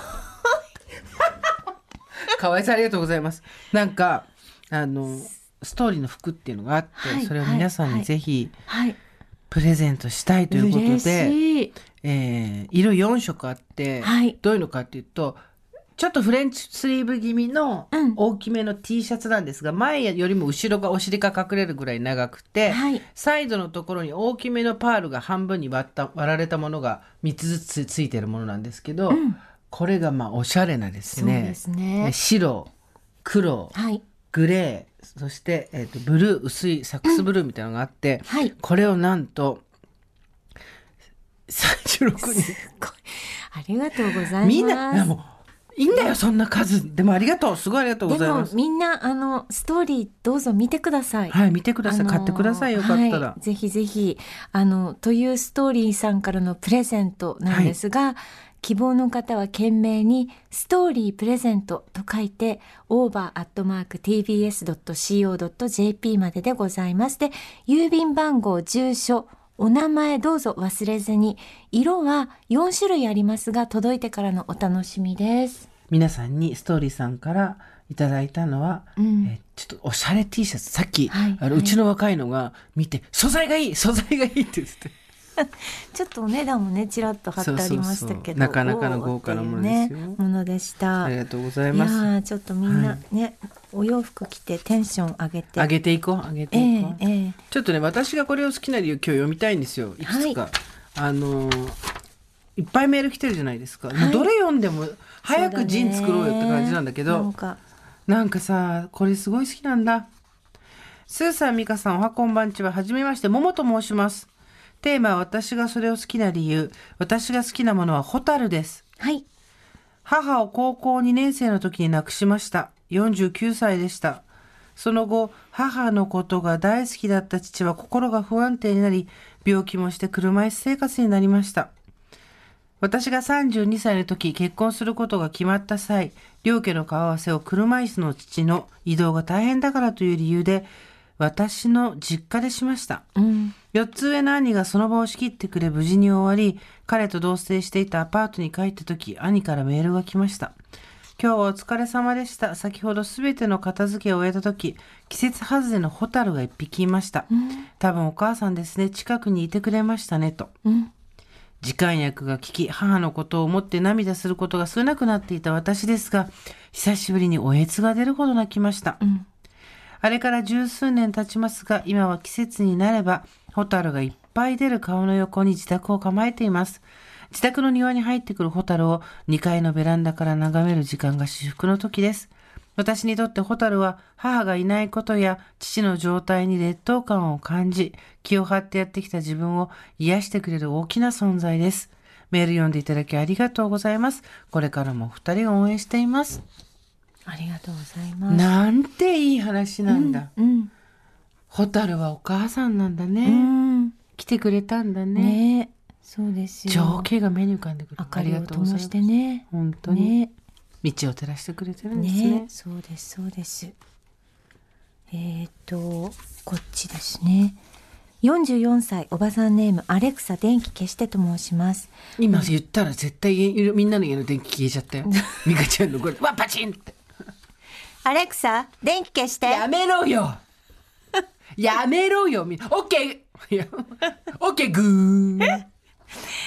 河合さんありがとうございます。なんかあのストーリーの服っていうのがあって、はい、それを皆さんにぜひ、はい、プレゼントしたいということで、えー、色よんしょくあって、はい、どういうのかっていうとちょっとフレンチスリーブ気味の大きめの T シャツなんですが、うん、前よりも後ろがお尻が隠れるぐらい長くて、はい、サイドのところに大きめのパールが半分に割った、割られたものがみっつずつついてるものなんですけど、うん、これがまあおしゃれなですね、そうですね、白、黒、はい、グレー、そして、えーと、ブルー、薄いサックスブルーみたいなのがあって、うんはい、これをなんとさんじゅうろくにんすごいありがとうございます。 みんなもういいんだよそんな数でもありがとうすごいありがとうございます。 でもみんなあのストーリーどうぞ見てください。 はい見てください、あのー、買ってくださいよかったら、 はい、ぜひぜひあのというストーリーさんからのプレゼントなんですが、はい、希望の方は懸命にストーリープレゼントと書いて オーバー アットマーク ティービーエス ドット シーオー ドット ジェーピー まででございます。で郵便番号住所お名前どうぞ忘れずに。色はよんしゅるいありますが届いてからのお楽しみです。 皆さんにストーリーさんからいただいたのは、うんえちょっとおしゃれ T シャツさっき、はいあのうちの若いのが見て、はい、素材がいい素材がいいって言ってちょっとお値段もねちらっと貼ってありましたけど、そうそうそうなかなかの豪華なものですよ、 ね、ものでした。 ありがとうございます。 いやちょっとみんなね、はい、お洋服着てテンション上げて上げていこう上げていこう、 えーえー、 ちょっとね私がこれを好きな理由今日読みたいんですよいくつか、はい、あのー、いっぱいメール来てるじゃないですか、はい、もうどれ読んでも早くジン作ろうよって感じなんだけど、なんかなんかさこれすごい好きなんだ。スーさん、ミカさん、おはこんばんちは。はじめまして、ももと申します。テーマは私がそれを好きな理由。私が好きなものはホタルです。 はい。 母を高校にねん生の時に亡くしました。よんじゅうきゅうさいでした。その後、母のことが大好きだった父は心が不安定になり、病気もして車椅子生活になりました。私がさんじゅうにさいの時、結婚することが決まった際、両家の顔合わせを車椅子の父の移動が大変だからという理由で、私の実家でしました。うん、よっつ上の兄がその場を仕切ってくれ無事に終わり、彼と同棲していたアパートに帰った時、兄からメールが来ました。今日はお疲れ様でした。先ほどすべての片付けを終えた時、季節外れのホタルが一匹いました。うん、多分お母さんですね。近くにいてくれましたねと。うん時間薬が効き、母のことを思って涙することが少なくなっていた私ですが、久しぶりにおえつが出るほど泣きました。うん、あれから十数年経ちますが、今は季節になれば、ホタルがいっぱい出る川の横に自宅を構えています。自宅の庭に入ってくるホタルをにかいのベランダから眺める時間が至福の時です。私にとってホタルは母がいないことや父の状態に劣等感を感じ、気を張ってやってきた自分を癒してくれる大きな存在です。メール読んでいただきありがとうございます。これからもお二人を応援しています。 ありがとうございます。 なんていい話なんだ。 うんうん、 ホタルはお母さんなんだね。うん、来てくれたんだね。 ね、そうですよ。 情景が目に浮かんでくる。 明かりを灯してね。 本当に。ね道を照らしてくれてるんですね。ね、 そうですそうです。えっとこっちですね。よんじゅうよんさいおばさんネームアレクサ電気消してと申します。 今言ったら絶対みんなの家の電気消えちゃったよ。ミカちゃんのこれわパチンって。 アレクサ電気消して。 やめろよ。やめろよみんな。オッケー。オッケーグー。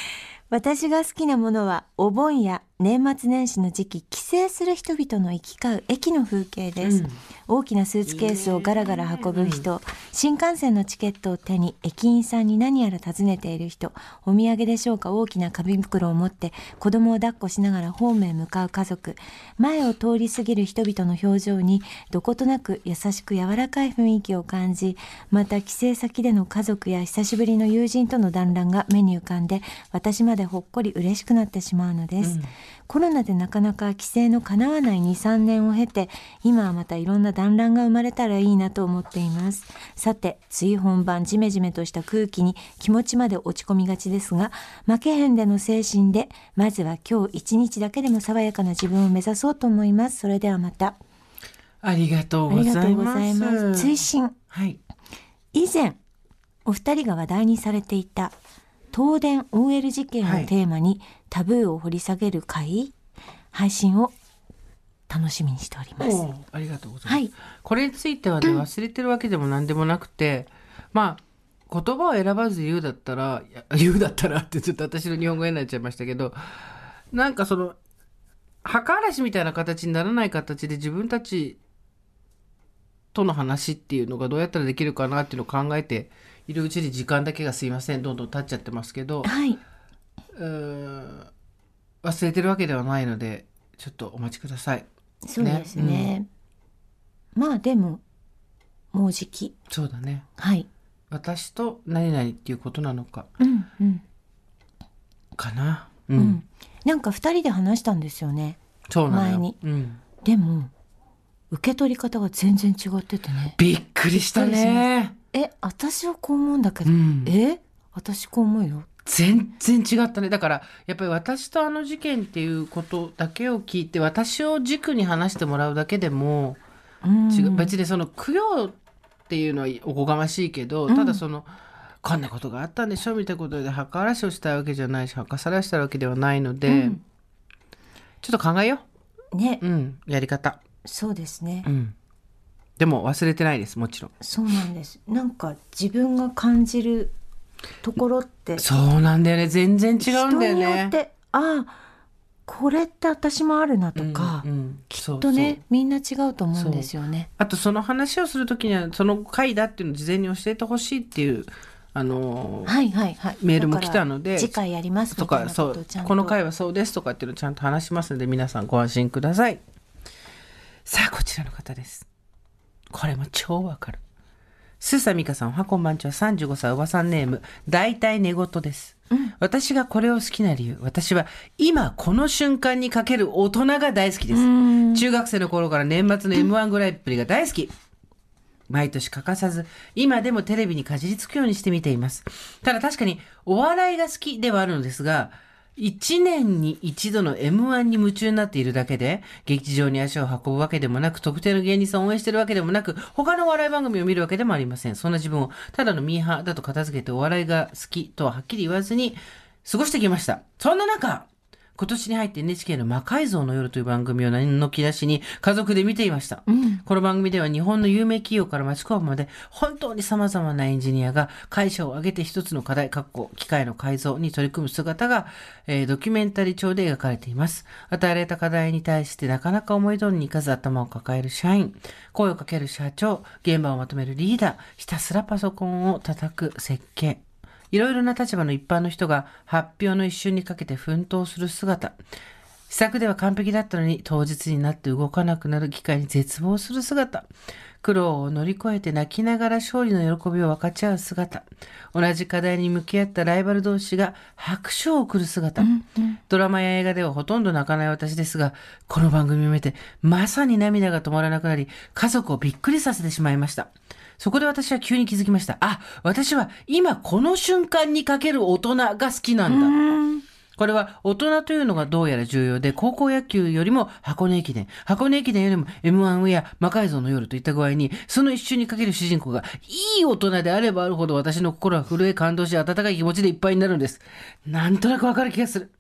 私が好きなものはお盆や年末年始の時期、帰省する人々の行き交う駅の風景です、うん、大きなスーツケースをガラガラ運ぶ人、新幹線のチケットを手に駅員さんに何やら尋ねている人、お土産でしょうか、大きな紙袋を持って子供を抱っこしながらホームへ向かう家族、前を通り過ぎる人々の表情にどことなく優しく柔らかい雰囲気を感じ、また帰省先での家族や久しぶりの友人との団らんが目に浮かんで、私までほっこり嬉しくなってしまうのです、うん、コロナでなかなか帰省の叶わない にさんねんを経て、今はまたいろんな団らんが生まれたらいいなと思っています。さて、梅雨本番ジメジメとした空気に気持ちまで落ち込みがちですが、負けへんでの精神でまずは今日一日だけでも爽やかな自分を目指そうと思います。それではまた。 ありがとうございます。ありがとうございます。 追伸、はい、以前お二人が話題にされていた東電 オーエル 事件をテーマにタブーを掘り下げる回、配信を楽しみにしております。 ありがとうございます、はい、これについては、ね、忘れてるわけでも何でもなくて、まあ言葉を選ばず言うだったら言うだったらってちょっと私の日本語になっちゃいましたけど、なんかその墓荒らしみたいな形にならない形で自分たちとの話っていうのがどうやったらできるかなっていうのを考えているうちに時間だけがすいませんどんどん経っちゃってますけど、 はい、 うーん忘れてるわけではないのでちょっとお待ちください。 そうですね、ね、うん、まあでももうじき、 そうだね、 はい、 私と何々っていうことなのか、 うんうん、 かな、 うんうん、なんかふたりで話したんですよね、 そうなのよ、 前に、 うん、 でも受け取り方が全然違っててね、 びっくりしたね。 え、私はこう思うんだけど、 うん、 え、私こう思うよ、 全然違ったね。だからやっぱり私とあの事件っていうことだけを聞いて私を軸に話してもらうだけでも違う、別にその供養っていうのはおこがましいけど、ただその、うん、こんなことがあったんでしょみたいなことで墓荒らしをしたいわけじゃないし墓さらしたわけではないので、うん、ちょっと考えようね、 うん、やり方。 そうですね、 うん、でも忘れてないです、もちろん。 そうなんです。なんか自分が感じるところってそうなんだよね、全然違うんだよね。 人によってああこれって私もあるなとか、うんうん、きっとね、そうそう、みんな違うと思うんですよね。 あとその話をするときにはその回だっていうのを事前に教えてほしいっていうあのーはいはいはい、 メールも来たので、 次回やりますみたいなことをちゃんと、 この回はそうですとかっていうのをちゃんと話しますので皆さんご安心ください。さあこちらの方です。これも超わかる。スーサミカさん、おはこんばんちは。さんじゅうごさいおばさんネーム、大体寝言です、うん、私がこれを好きな理由、私は今この瞬間にかける大人が大好きです。中学生の頃から年末の エムワン グランプリが大好き、毎年欠かさず今でもテレビにかじりつくようにして見ています。ただ確かにお笑いが好きではあるのですが、いちねんに一度の エムワン に夢中になっているだけで、劇場に足を運ぶわけでもなく、特定の芸人さんを応援しているわけでもなく、他の笑い番組を見るわけでもありません。そんな自分をただのミーハーだと片付けてお笑いが好きとははっきり言わずに過ごしてきました。そんな中、今年に入って エヌエイチケー の魔改造の夜という番組を何の気なしに家族で見ていました、うん、この番組では日本の有名企業から町工場まで本当に様々なエンジニアが会社を挙げて一つの課題、機械の改造に取り組む姿が、えー、ドキュメンタリー調で描かれています。与えられた課題に対してなかなか思い通りにいかず頭を抱える社員、声をかける社長、現場をまとめるリーダー、ひたすらパソコンを叩く設計、いろいろな立場の一般の人が発表の一瞬にかけて奮闘する姿、試作では完璧だったのに当日になって動かなくなる機会に絶望する姿、苦労を乗り越えて泣きながら勝利の喜びを分かち合う姿、同じ課題に向き合ったライバル同士が拍手を送る姿、うんうん、ドラマや映画ではほとんど泣かない私ですが、この番組を見てまさに涙が止まらなくなり、家族をびっくりさせてしまいました。そこで私は急に気づきました。あ、私は今この瞬間にかける大人が好きなんだ。んこれは大人というのがどうやら重要で、高校野球よりも箱根駅伝、箱根駅伝よりも エムワン や魔改造の夜といった具合に、その一瞬にかける主人公がいい大人であればあるほど私の心は震え感動し温かい気持ちでいっぱいになるんです。なんとなくわかる気がする。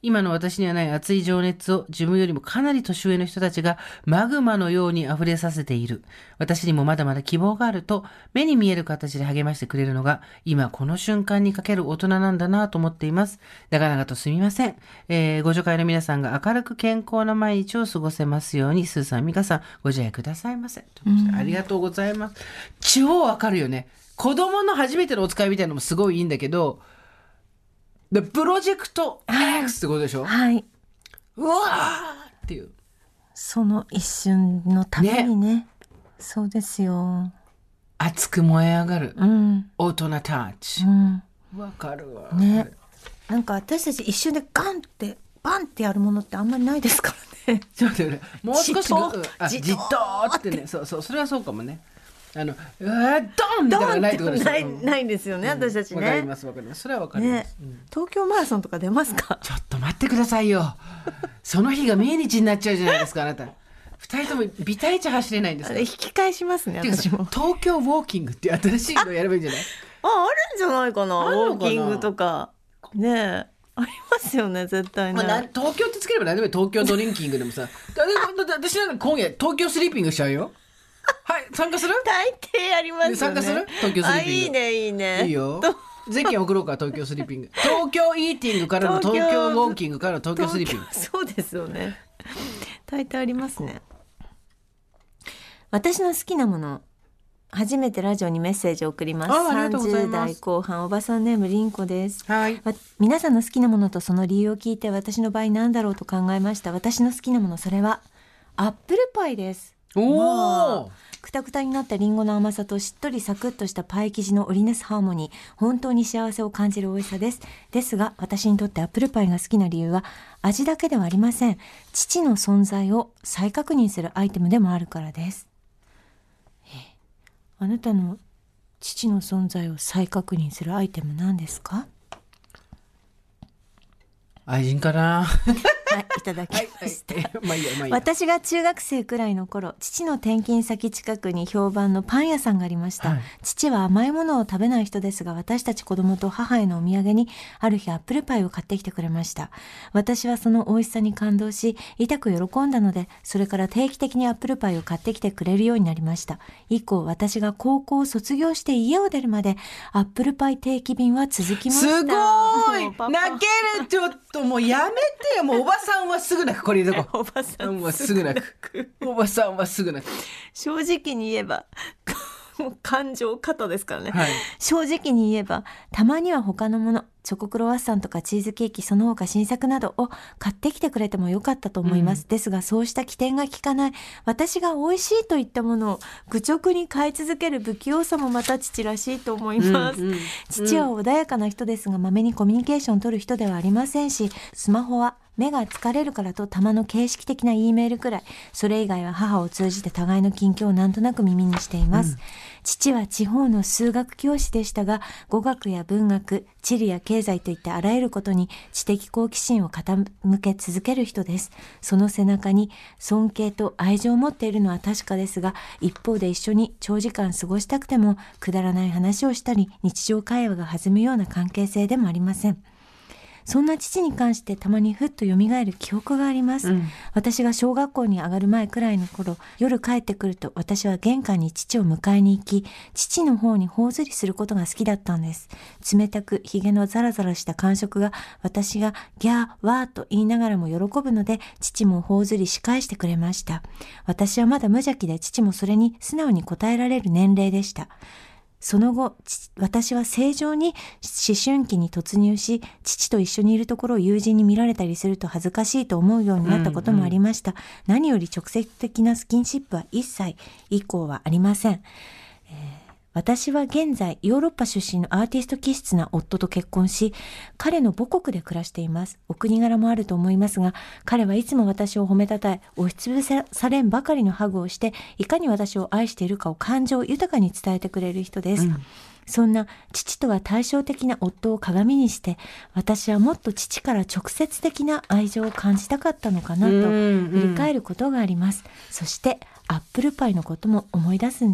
今の私にはない熱い情熱を自分よりもかなり年上の人たちがマグマのように溢れさせている。私にもまだまだ希望があると目に見える形で励ましてくれるのが今この瞬間にかける大人なんだなと思っています。長々とすみません。えー、ご助会の皆さんが明るく健康な毎日を過ごせますように、スーさん、ミカさん、ご自愛くださいませ。ということでありがとうございます。超わかるよね。子供の初めてのお使いみたいなのもすごいいいんだけど、でプロジェクト X ってことでしょ。 はい。 うわーっていう。 その一瞬のためにね。ね、そうですよ。 熱く燃え上がる。 うん。 大人タッチ。 うん。 わかるわ。 ね。なんか私たち一瞬でガンってバンってやるものってあんまりないですからね。 そうだよね。もう少しじっとじっとーってね。そうそう、それはそうかもね。あの、うわードンみたいなのがないってことでしょ。 ない、ないんですよね、私たちね。 わかりますわかります。それはわかります、 ね、東京マラソンとか出ますか。 ちょっと待ってくださいよ。その日が命日になっちゃうじゃないですか、あなた。二人ともビタイチ走れないんですか。 引き返しますね、私も。 東京ウォーキングって新しいのやればいいんじゃない。 あ、あるんじゃないかな、ウォーキングとか。ねえ。ありますよね、絶対ね。 まあ、東京ってつければ何でもいい。東京ドリンキングでもさ。私なんか今夜東京スリーピングしちゃうよ。はい、参加する？ 大抵やりますよね。 参加する？東京スリーピング。 あ、いいね、いいね。 いいよ。ぜひ送ろうか、東京スリーピング。東京イーティングからの東京ウォーキングからの東京スリーピング。 そうですよね。大抵ありますね。私の好きなもの。初めてラジオにメッセージを送ります。さんじゅう代後半、おばさんネームりんこです。 はい。 皆さんの好きなものとその理由を聞いて、私の場合何だろうと考えました。私の好きなもの、それはアップルパイです。 おー、 まあ、くたくたになったリンゴの甘さとしっとりサクッとしたパイ生地の織りなすハーモニー、本当に幸せを感じる美味しさです。ですが、私にとってアップルパイが好きな理由は味だけではありません。父の存在を再確認するアイテムでもあるからです。あなたの父の存在を再確認するアイテム何ですか？ 愛人かな。 はい、いただきました。 はいはい、まあいいや、まあいいや。 私が中学生くらいの頃、父の転勤先近くに評判のパン屋さんがありました、はい、父は甘いものを食べない人ですが、私たち子供と母へのお土産にある日アップルパイを買ってきてくれました。私はその美味しさに感動し、痛く喜んだので、それから定期的にアップルパイを買ってきてくれるようになりました。以降、私が高校を卒業して家を出るまでアップルパイ定期便は続きました。 すごい泣ける。ちょっともうやめてよ。もうおばさんはすぐ泣く。これ言うとこ。 おばさんはすぐ泣く。おばさんはすぐ泣く。 正直に言えば感情過多ですからね、 はい、 正直に言えばたまには他のもの、チョコクロワッサンとかチーズケーキ、その他新作などを買ってきてくれてもよかったと思います、うん、ですがそうした起点が効かない私が美味しいと言ったものを愚直に買い続ける不器用さもまた父らしいと思います、うんうん、父は穏やかな人ですが、まめにコミュニケーションを取る人ではありませんし、スマホは目が疲れるからとたまの形式的な E メールくらい、それ以外は母を通じて互いの近況をなんとなく耳にしています、うん、父は地方の数学教師でしたが、語学や文学、地理や経済といったあらゆることに知的好奇心を傾け続ける人です。その背中に尊敬と愛情を持っているのは確かですが、一方で一緒に長時間過ごしたくてもくだらない話をしたり日常会話が弾むような関係性でもありません。そんな父に関してたまにふっと蘇る記憶があります、うん、私が小学校に上がる前くらいの頃、夜帰ってくると私は玄関に父を迎えに行き、父の方に頬ずりすることが好きだったんです。冷たくひげのザラザラした感触が私がギャーワーと言いながらも喜ぶので、父も頬ずりし返してくれました。私はまだ無邪気で、父もそれに素直に応えられる年齢でした。その後、私は正常に思春期に突入し、父と一緒にいるところを友人に見られたりすると恥ずかしいと思うようになったこともありました。うんうん、何より直接的なスキンシップは一切以降はありません。えー私は現在ヨーロッパ出身のアーティスト気質な夫と結婚し、彼の母国で暮らしています。お国柄もあると思いますが、彼はいつも私を褒めたたえ、押しつぶされんばかりのハグをして、いかに私を愛しているかを感情豊かに伝えてくれる人です。うん、そんな父とは対照的な夫を鏡にして、私はもっと父から直接的な愛情を感じたかったのかなと振り返ることがあります。そしてアップルパイのことも思い出すんです。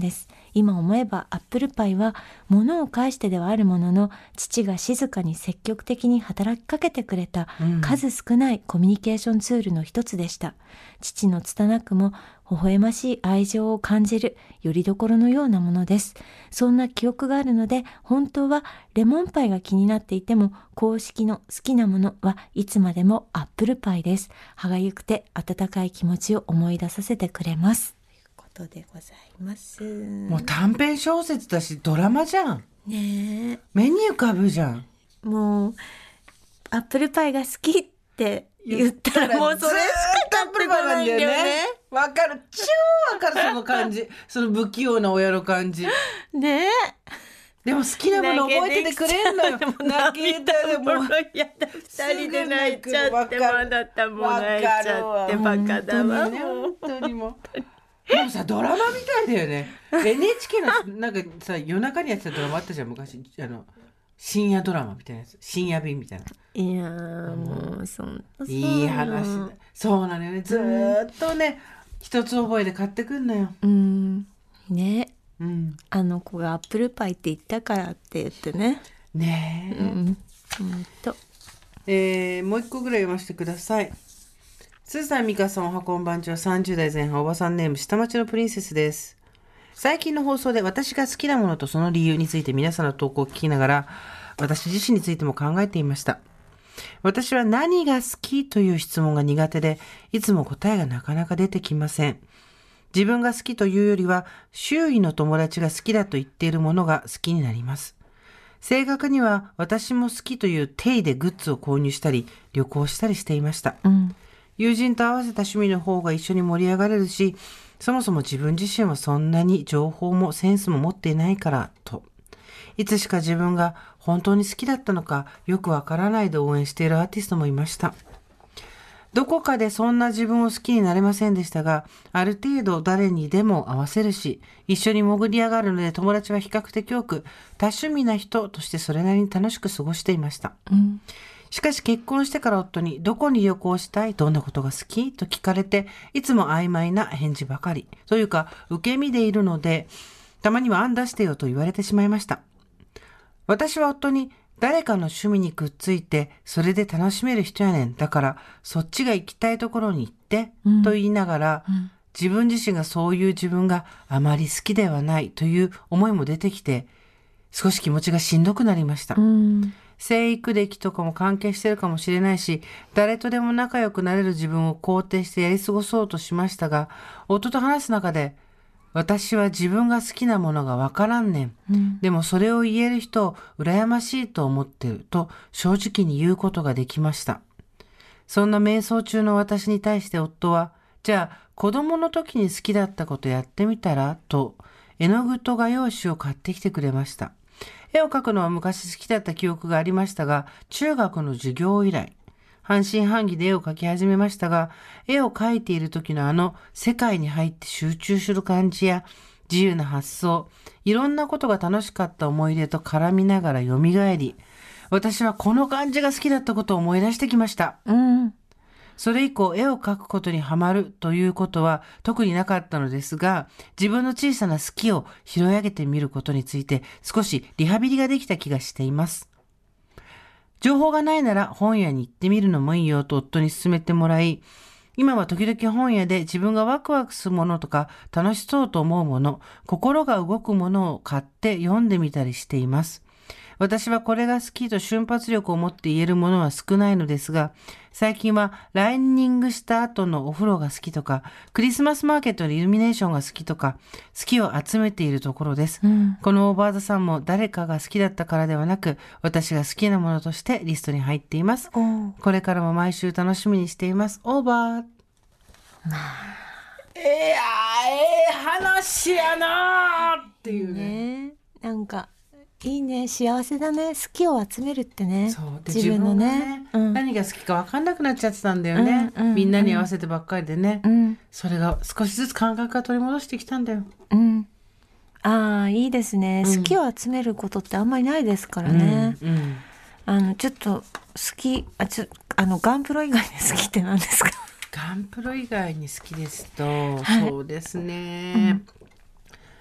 今思えばアップルパイは物を介してではあるものの、父が静かに積極的に働きかけてくれた数少ないコミュニケーションツールの一つでした。父の拙くも微笑ましい愛情を感じる拠り所のようなものです。そんな記憶があるので、本当はレモンパイが気になっていても、公式の好きなものはいつまでもアップルパイです。歯がゆくて温かい気持ちを思い出させてくれます。ということでございます。 もう短編小説だしドラマじゃん。 ねえ。 目に浮かぶじゃん。 もうアップルパイが好きって言ったらもうそれしか買ってこないんだよね。 わかる、超わかる、その感じ。その不器用な親の感じ。 ねえ。 でも好きなもの覚えててくれんのよ。泣けたでもうやだ、二人で泣いちゃってもあなたも泣いちゃってバカだわ。 本当にもう。でもさ、ドラマみたいだよね。エヌエイチケー のなんかさ、夜中にやってたドラマあったじゃん、昔。あの深夜ドラマみたいなやつ、深夜便みたいな。 いやー、もうそんいい話だ。そうなのよね。ずーっとね、一つ覚えで買ってくんのよ。 うんね、 うん、あの子がアップルパイって言ったからって言ってね。 ねえ。うん、 ほんと。 えー、もう一個ぐらい読ませてください。スーさん、ミカさん、おはこんばんちは。さんじゅう代前半、おばさんネーム下町のプリンセスです。最近の放送で私が好きなものとその理由について皆さんの投稿を聞きながら、私自身についても考えていました。私は何が好きという質問が苦手で、いつも答えがなかなか出てきません。自分が好きというよりは、周囲の友達が好きだと言っているものが好きになります。正確には私も好きという定義でグッズを購入したり、旅行したりしていました。うん、友人と合わせた趣味の方が一緒に盛り上がれるし、そもそも自分自身はそんなに情報もセンスも持っていないからと。いつしか自分が本当に好きだったのかよくわからないで応援しているアーティストもいました。どこかでそんな自分を好きになれませんでしたが、ある程度誰にでも合わせるし、一緒に潜り上がるので友達は比較的多く、多趣味な人としてそれなりに楽しく過ごしていました。うん、しかし結婚してから夫にどこに旅行したい、どんなことが好きと聞かれて、いつも曖昧な返事ばかり。というか、受け身でいるので、たまには案出してよと言われてしまいました。私は夫に誰かの趣味にくっついてそれで楽しめる人やねん。だからそっちが行きたいところに行って、うん、と言いながら、うん、自分自身がそういう自分があまり好きではないという思いも出てきて少し気持ちがしんどくなりました。うん、生育歴とかも関係してるかもしれないし、誰とでも仲良くなれる自分を肯定してやり過ごそうとしましたが、夫と話す中で私は自分が好きなものがわからんねん、うん。でもそれを言える人を羨ましいと思ってると正直に言うことができました。そんな瞑想中の私に対して夫は、じゃあ子供の時に好きだったことやってみたらと絵の具と画用紙を買ってきてくれました。絵を描くのは昔好きだった記憶がありましたが、中学の授業以来、半信半疑で絵を描き始めましたが、絵を描いている時のあの世界に入って集中する感じや自由な発想、いろんなことが楽しかった思い出と絡みながら蘇り、私はこの感じが好きだったことを思い出してきました。うん、それ以降絵を描くことにハマるということは特になかったのですが、自分の小さな好きを拾い上げてみることについて少しリハビリができた気がしています。情報がないなら本屋に行ってみるのもいいよと夫に勧めてもらい、今は時々本屋で自分がワクワクするものとか楽しそうと思うもの、心が動くものを買って読んでみたりしています。私はこれが好きと瞬発力を持って言えるものは少ないのですが、最近はランニングした後のお風呂が好きとか、クリスマスマーケットのイルミネーションが好きとか、好きを集めているところです。うん、このオーバーザさんも誰かが好きだったからではなく、私が好きなものとしてリストに入っています。これからも毎週楽しみにしています。オーバー。まあ、いやー、ええ話やなーっていうね。 ね、なんかいいね、幸せだね、好きを集めるってね。 そうで自分のね、うん、何が好きか分かんなくなっちゃってたんだよね、うんうんうん、みんなに合わせてばっかりでね、うん、それが少しずつ感覚が取り戻してきたんだよ、 うん、ああいいですね、うん、好きを集めることってあんまりないですからね、うんうん、あのちょっと好きあちょあのガンプロ以外で好きって何ですか？ ガンプロ以外に好きですと、はい、そうですね、うん、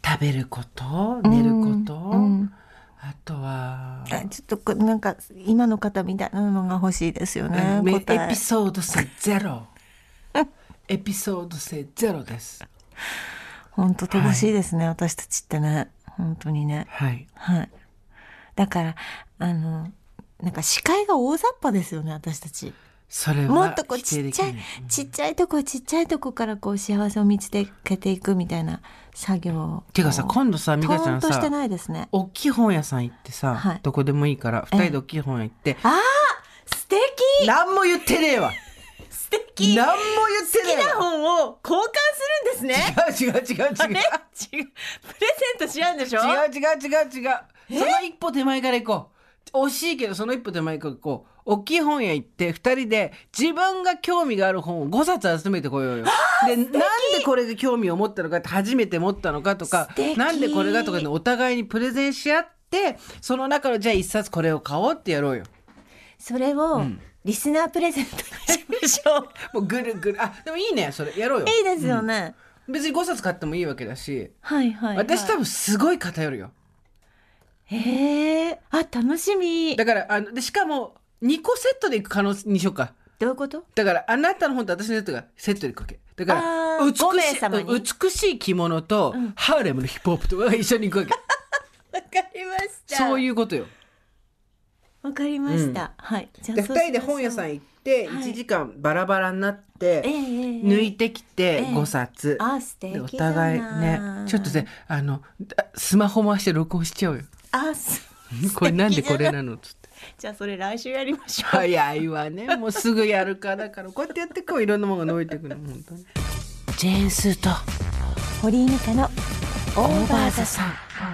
食べること、寝ること、 うんうん、 あとはあちょっとなんか今の方みたいなのが欲しいですよね、 うん、 答え。 エピソードせゼロエピソードせゼロです。 本当乏しいですね、はい、私たちってね本当にね、 はいはい、だからあのなんか視界が大雑把ですよね私たち。 それはもっとこうちっちゃいちっちゃいとこちっちゃいとこからこう幸せを見つけていくみたいな作業。 てかさ今度さ美香ちゃんさトーンとしてないですね。 大きい本屋さん行ってさ、はい、どこでもいいからふたりで大きい本屋行って、 あー素敵。 何も言ってねえわ素敵。 何も言ってねえわ。 好きな本を交換するんですね。 違う違う違う違う違うプレゼント違うんでしょ。 違う違う違う違うその一歩手前から行こう。惜しいけどその一歩手前から行こう。大きい本屋行ってふたりで自分が興味がある本をごさつ集めてこようよ。でなんでこれが興味を持ったのかって初めて持ったのかとかなんでこれがとかお互いにプレゼンし合ってその中のじゃあ一冊これを買おうってやろうよ。 それを、うんリスナープレゼントにしましょう。 もうぐるぐる。あでもいいねそれやろうよ。 いいですよね、 うん、別にごさつ買ってもいいわけだし、 はいはい、はい、 私多分すごい偏るよ。 へえあ楽しみ。 だからあのでしかもにこセットでいく可能性にしようか。 どういうこと？ だからあなたの本と私のやつがセットでいくわけだから美しい、美しい着物と、うん、ハーレムのヒップホップとかが一緒に行くわけ。 わかりました。 そういうことよ。 わかりました、うん、はいじゃあでふたりで本屋さん行っていちじかんバラバラになって、はい、抜いてきてごさつ、 えー、あ素敵じゃない。 お互いねちょっとねあのスマホ回して録音しちゃうよ。 あすこれなんでこれなのつってじゃあそれ来週やりましょう。 早いわねもうすぐやるかだからこうやってやってこういろんなものが伸びてくる本当に。ジェーンスーと堀井美香のオーバーザさん。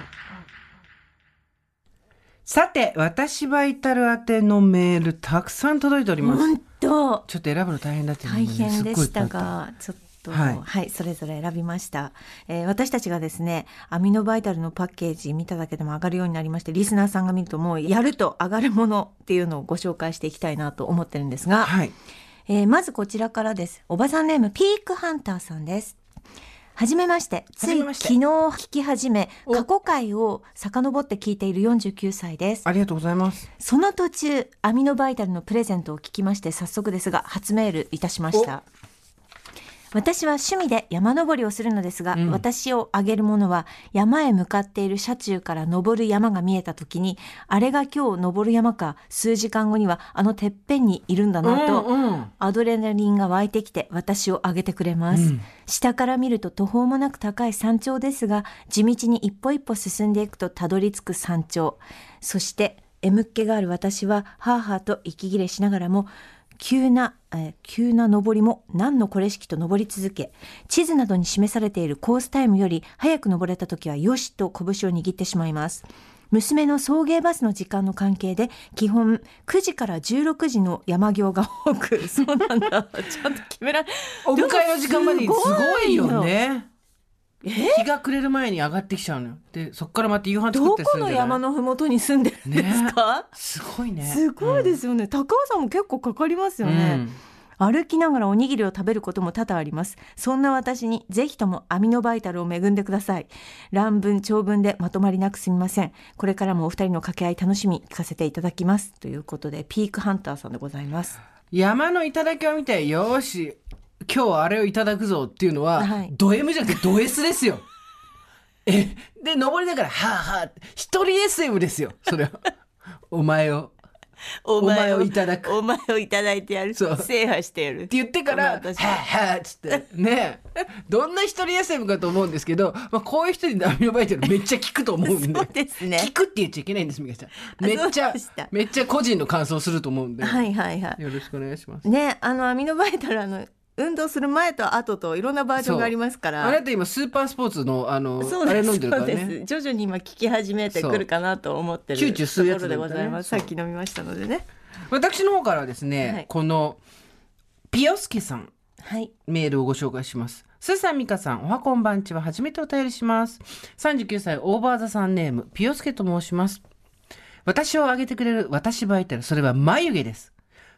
さて私バイタル宛てのメールたくさん届いております。 本当ちょっと選ぶの大変だっていうの大変でしたがちょっとはい、はい、それぞれ選びました、えー、私たちがですねアミノバイタルのパッケージ見ただけでも上がるようになりましてリスナーさんが見るともうやると上がるものっていうのをご紹介していきたいなと思ってるんですが、 はいえー、まずこちらからです。おばさんネームピークハンターさんです。はじめまして。つい昨日聞き始め過去回を遡って聞いているよんじゅうきゅうさいです。 ありがとうございます。 その途中アミノバイタルのプレゼントを聞きまして早速ですが初メールいたしました。私は趣味で山登りをするのですが、うん、私をあげるものは山へ向かっている車中から登る山が見えた時にあれが今日登る山か数時間後にはあのてっぺんにいるんだなと、うんうん、アドレナリンが湧いてきて私をあげてくれます、うん、下から見ると途方もなく高い山頂ですが地道に一歩一歩進んでいくとたどり着く山頂。そして眠っ気がある私ははぁはぁと息切れしながらも急な、えー、急な登りも何のこれしきと登り続け地図などに示されているコースタイムより早く登れた時はよしと拳を握ってしまいます。娘の送迎バスの時間の関係で基本くじからじゅうろくじの山行が多くそうなんだちゃんと決められお迎えの時間までにすごいよね。日が暮れる前に上がってきちゃうのよ。でそこからまた夕飯作ってするんじゃない？どこの山のふもとに住んでるんですか、ね、 すごいね。 すごいですよね、うん、高尾山も結構かかりますよね、うん、歩きながらおにぎりを食べることも多々あります。そんな私にぜひともアミノバイタルを恵んでください。乱文長文でまとまりなくすみません。これからもお二人の掛け合い楽しみ聞かせていただきますということでピークハンターさんでございます。 山の頂を見てよし今日あれをいただくぞっていうのは、はい、ド M じゃなくてド S ですよえで登りながらはあはあ一人 エスエム ですよそれはお前をお前をいただくお前をいただいてやる制覇してやるって言ってからはあはあっつってねどんな一人 エスエム かと思うんですけど、まあ、こういう人にアミノバイタルめっちゃ聞くと思うんでそうですね聞くって言っちゃいけないんですみかちゃんめっちゃめっちゃ個人の感想すると思うんで、 はいはいはい、 よろしくお願いしますね。あのアミノバイタルあの運動する前と後といろんなバージョンがありますから。 あなた今スーパースポーツの あのあれ飲んでるからね。そうです。 徐々に今聞き始めてくるかなと思ってるキューキュー吸うやつところでございます。さっき飲みましたのでね。 私の方からはですね、はい、このピヨスケさん、 はい、 メールをご紹介します。スーさんミカさんおはこんばんちは初めてお便りします。さんじゅうきゅうさいオーバーザさんネームピヨスケと申します。私をあげてくれる私バイタルそれは眉毛です。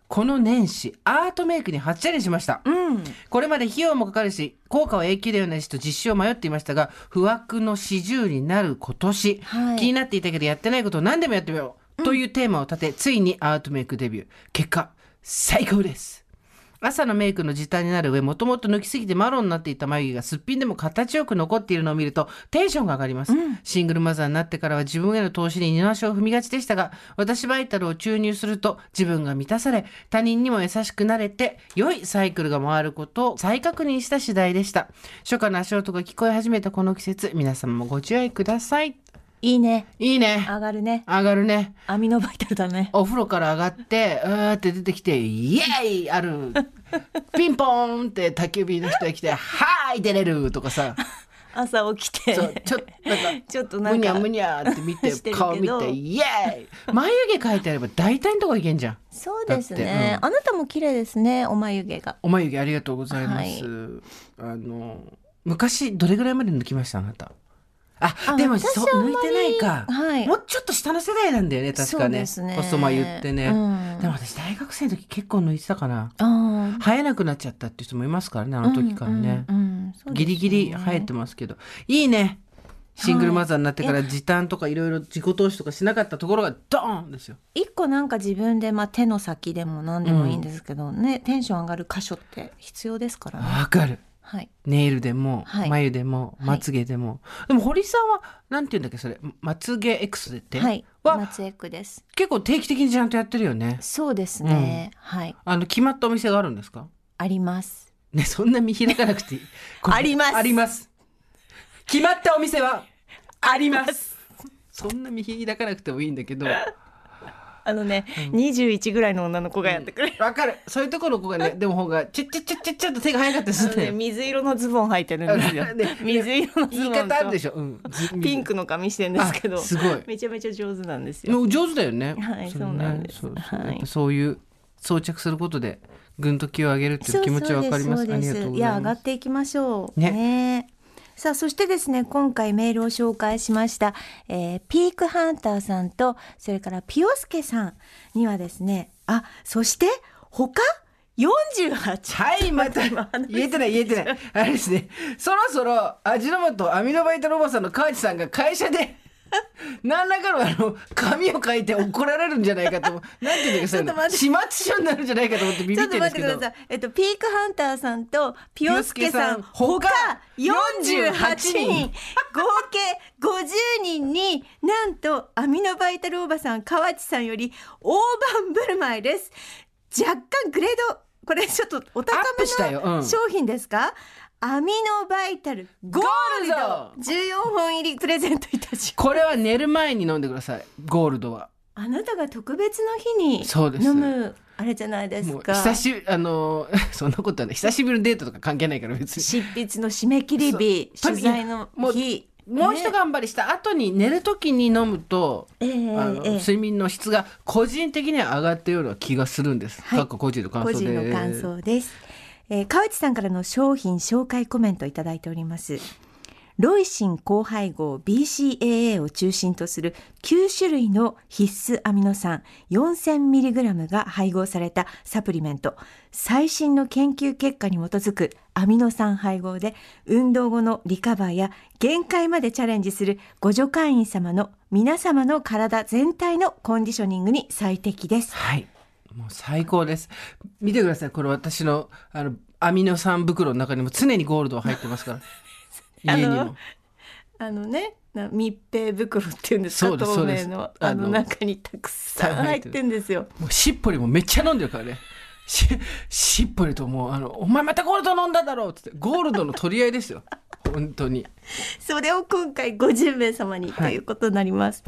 この年始アートメイクに初チャレンジしました、 うん、 これまで費用もかかるし効果は永久ではないしと実施を迷っていましたが、不惑の四十になる今年、はい、気になっていたけどやってないことを何でもやってみよう、うん、というテーマを立て、ついにアートメイクデビュー。結果最高です。朝のメイクの時短になる上、もともと抜きすぎてマロンになっていた眉毛がすっぴんでも形よく残っているのを見るとテンションが上がります、うん、シングルマザーになってからは自分への投資に二の足を踏みがちでしたが、私バイタルを注入すると自分が満たされ、他人にも優しくなれて良いサイクルが回ることを再確認した次第でした。初夏の足音が聞こえ始めたこの季節、皆様もご注意ください。 いいね。 いいね。 上がるね。 上がるね。 アミノバイタルだね。 お風呂から上がって、うーって出てきて、イエーイある。ピンポーンって宅急便の人が来て、はーい出れるとかさ。 朝起きて。 そう、ちょっとなんか、 ちょっとなんか。 むにゃむにゃって見て、て顔見て、イエーイ眉毛描いてあれば大体のとこいけんじゃん。 そうですね、うん。あなたも綺麗ですね、お眉毛が。 お眉毛ありがとうございます。はい、あの、昔どれぐらいまで抜きましたあなた？あ, あでもそう抜いてないか、はい、もうちょっと下の世代なんだよね確か ね, ね細眉ってね、うん、でも私大学生の時結構抜いてたかな。生えなくなっちゃったっていう人もいますからねあの時からね、うんうんうんね、ギリギリ生えてますけどいいね。シングルマザーになってから時短とかいろいろ自己投資とかしなかったところがドーンですよ。 一個なんか自分で、まあ、手の先でも何でもいいんですけどね、うん、テンション上がる箇所って必要ですからね。 わかる。 はい、 ネイルでも、はい、眉でもまつげでも、はい、でも堀さんはなんて言うんだっけそれまつげ X でってはいまつエクです。 結構定期的にちゃんとやってるよね。 そうですね、うん、はいあの決まったお店があるんですか？ ありますね。そんな見開かなくていいありますあります決まったお店はありますそんな見開かなくてもいいんだけどあのね、うん、にじゅういちぐらいの女の子がやってくれる。 わ、うん、かる。そういうところの子がね、でも方がちっちゃちゃちゃちゃっと手が早かったりするね。 水色のズボン履いてるんですよ。ね、水色のズボンと言い方あるでしょ。うん、 ピンクの髪してるんですけど、 すごい。 めちゃめちゃ上手なんですよ。 上手だよね。 はい、そ, ね、そうなんです。そうそう、 はい、やっぱそういう装着することでぐんと気を上げるっていう気持ちはわかります。ありがとうございます。 いや上がっていきましょう。ね。ねさあそしてですね今回メールを紹介しました、えー、ピークハンターさんとそれからピオスケさんにはですねあそして他よんじゅうはちはいまた言えてない言えてないあれですねそろそろ味の素アミノバイタルおばさんの川内さんが会社で何らかのあの紙を書いて怒られるんじゃないかとなんていうんだっけ始末書になるんじゃないかと思ってビビってるんですけどちょっと待ってください、 えっと、ピークハンターさんとピオスケさん他よんじゅうはちにん合計ごじゅうにんになんとアミノバイタルおばさん河内さんより大盤振る舞いです。若干グレードこれちょっとお高めの商品ですか、うん、アミノバイタルゴールドじゅうよんほん入りプレゼントいたします。 これは寝る前に飲んでください。ゴールドはあなたが特別の日に飲むあれじゃないですか。 久しあのそんなことはね久しぶりのデートとか関係ないから別に執筆の締め切り日取材の日もう一頑張りした後に寝る時に飲むと、えー、あのえー、睡眠の質が個人的には上がったような気がするんです。はい、個人の感想で個人の感想です。えー、川内さんからの商品紹介コメントいただいております。ロイシン高配合 ビーシーエーエー を中心とするきゅうしゅるいの必須アミノ酸 よんせんミリグラム が配合されたサプリメント。最新の研究結果に基づくアミノ酸配合で運動後のリカバーや限界までチャレンジするご助会員様の皆様の体全体のコンディショニングに最適です。 はい、もう最高です。見てください。これ私のあのアミノ酸袋の中にも常にゴールド入ってますから家にも あの, あのね密閉袋っていうんですか透明のあの中にたくさん入ってるんですよ。 もうしっぽりもめっちゃ飲んでるからね し, しっぽりともうあのお前またゴールド飲んだだろうってゴールドの取り合いですよ本当に。 それを今回ごじゅうめい様にということになります、はい、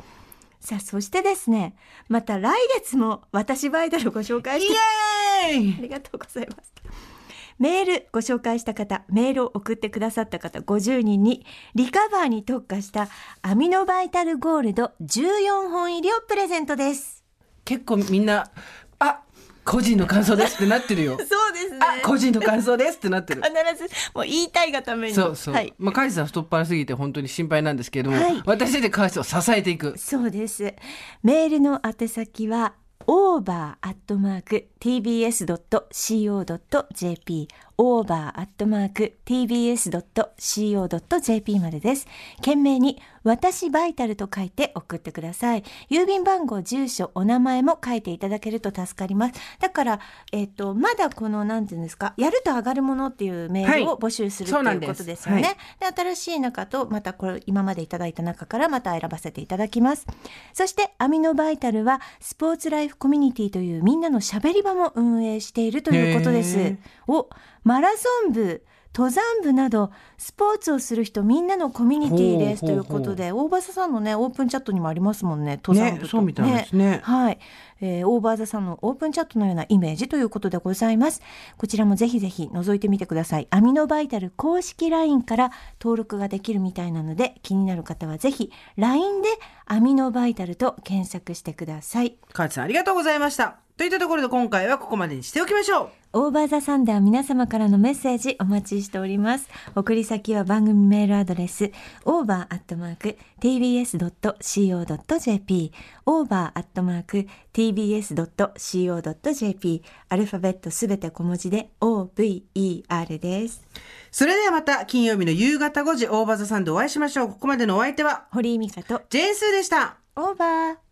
さあそしてですねまた来月も私バイタルをご紹介してイエーイありがとうございます。メールご紹介した方メールを送ってくださった方ごじゅうにんにリカバーに特化したアミノバイタルゴールドじゅうよんほん入りをプレゼントです。 結構みんなあ個人の感想ですってなってるよそうですねあ個人の感想ですってなってる必ずもう言いたいがためにそうそう、はい、まあ川内さん太っ腹すぎて本当に心配なんですけれども、はい、私で川内さんを支えていく。 そうです。メールの宛先はオーバーアットマーク ティービーエスドットシーオードットジェーピー オーバーアットマーク ティービーエスドットシーオードットジェーピー までです。懸命に私バイタルと書いて送ってください。郵便番号、住所、お名前も書いていただけると助かります。だから、えっと、まだこのなんていうんですか、やると上がるものっていうメールを募集する、はい、ということですよね。で、はい、で新しい中とまたこれ今までいただいた中からまた選ばせていただきます。そしてアミノバイタルはスポーツライフコミュニティというみんなのしゃべり場も運営しているということです。おマラソン部、登山部などスポーツをする人みんなのコミュニティですということで、大場さんのねオープンチャットにもありますもんね、登山部とね。 そうみたいですね。 はい、えー、大場さんのオープンチャットのようなイメージということでございます。こちらもぜひぜひ覗いてみてください。アミノバイタル公式 ライン から登録ができるみたいなので、気になる方はぜひ ライン でアミノバイタルと検索してください。 河内さんありがとうございました。といったところで今回はここまでにしておきましょう。 オーバーザサンでは皆様からのメッセージお待ちしております。送り先は番組メールアドレス オーバーアットマーク ティービーエスドットシーオードットジェーピー オーバーアットマーク ティービーエスドットシーオードットジェーピー アルファベットすべて小文字で オーブイイーアール です。 それではまた金曜日の夕方ごじオーバーザサンでお会いしましょう。ここまでのお相手は堀井美香とジェーンスーでした。 オーバー。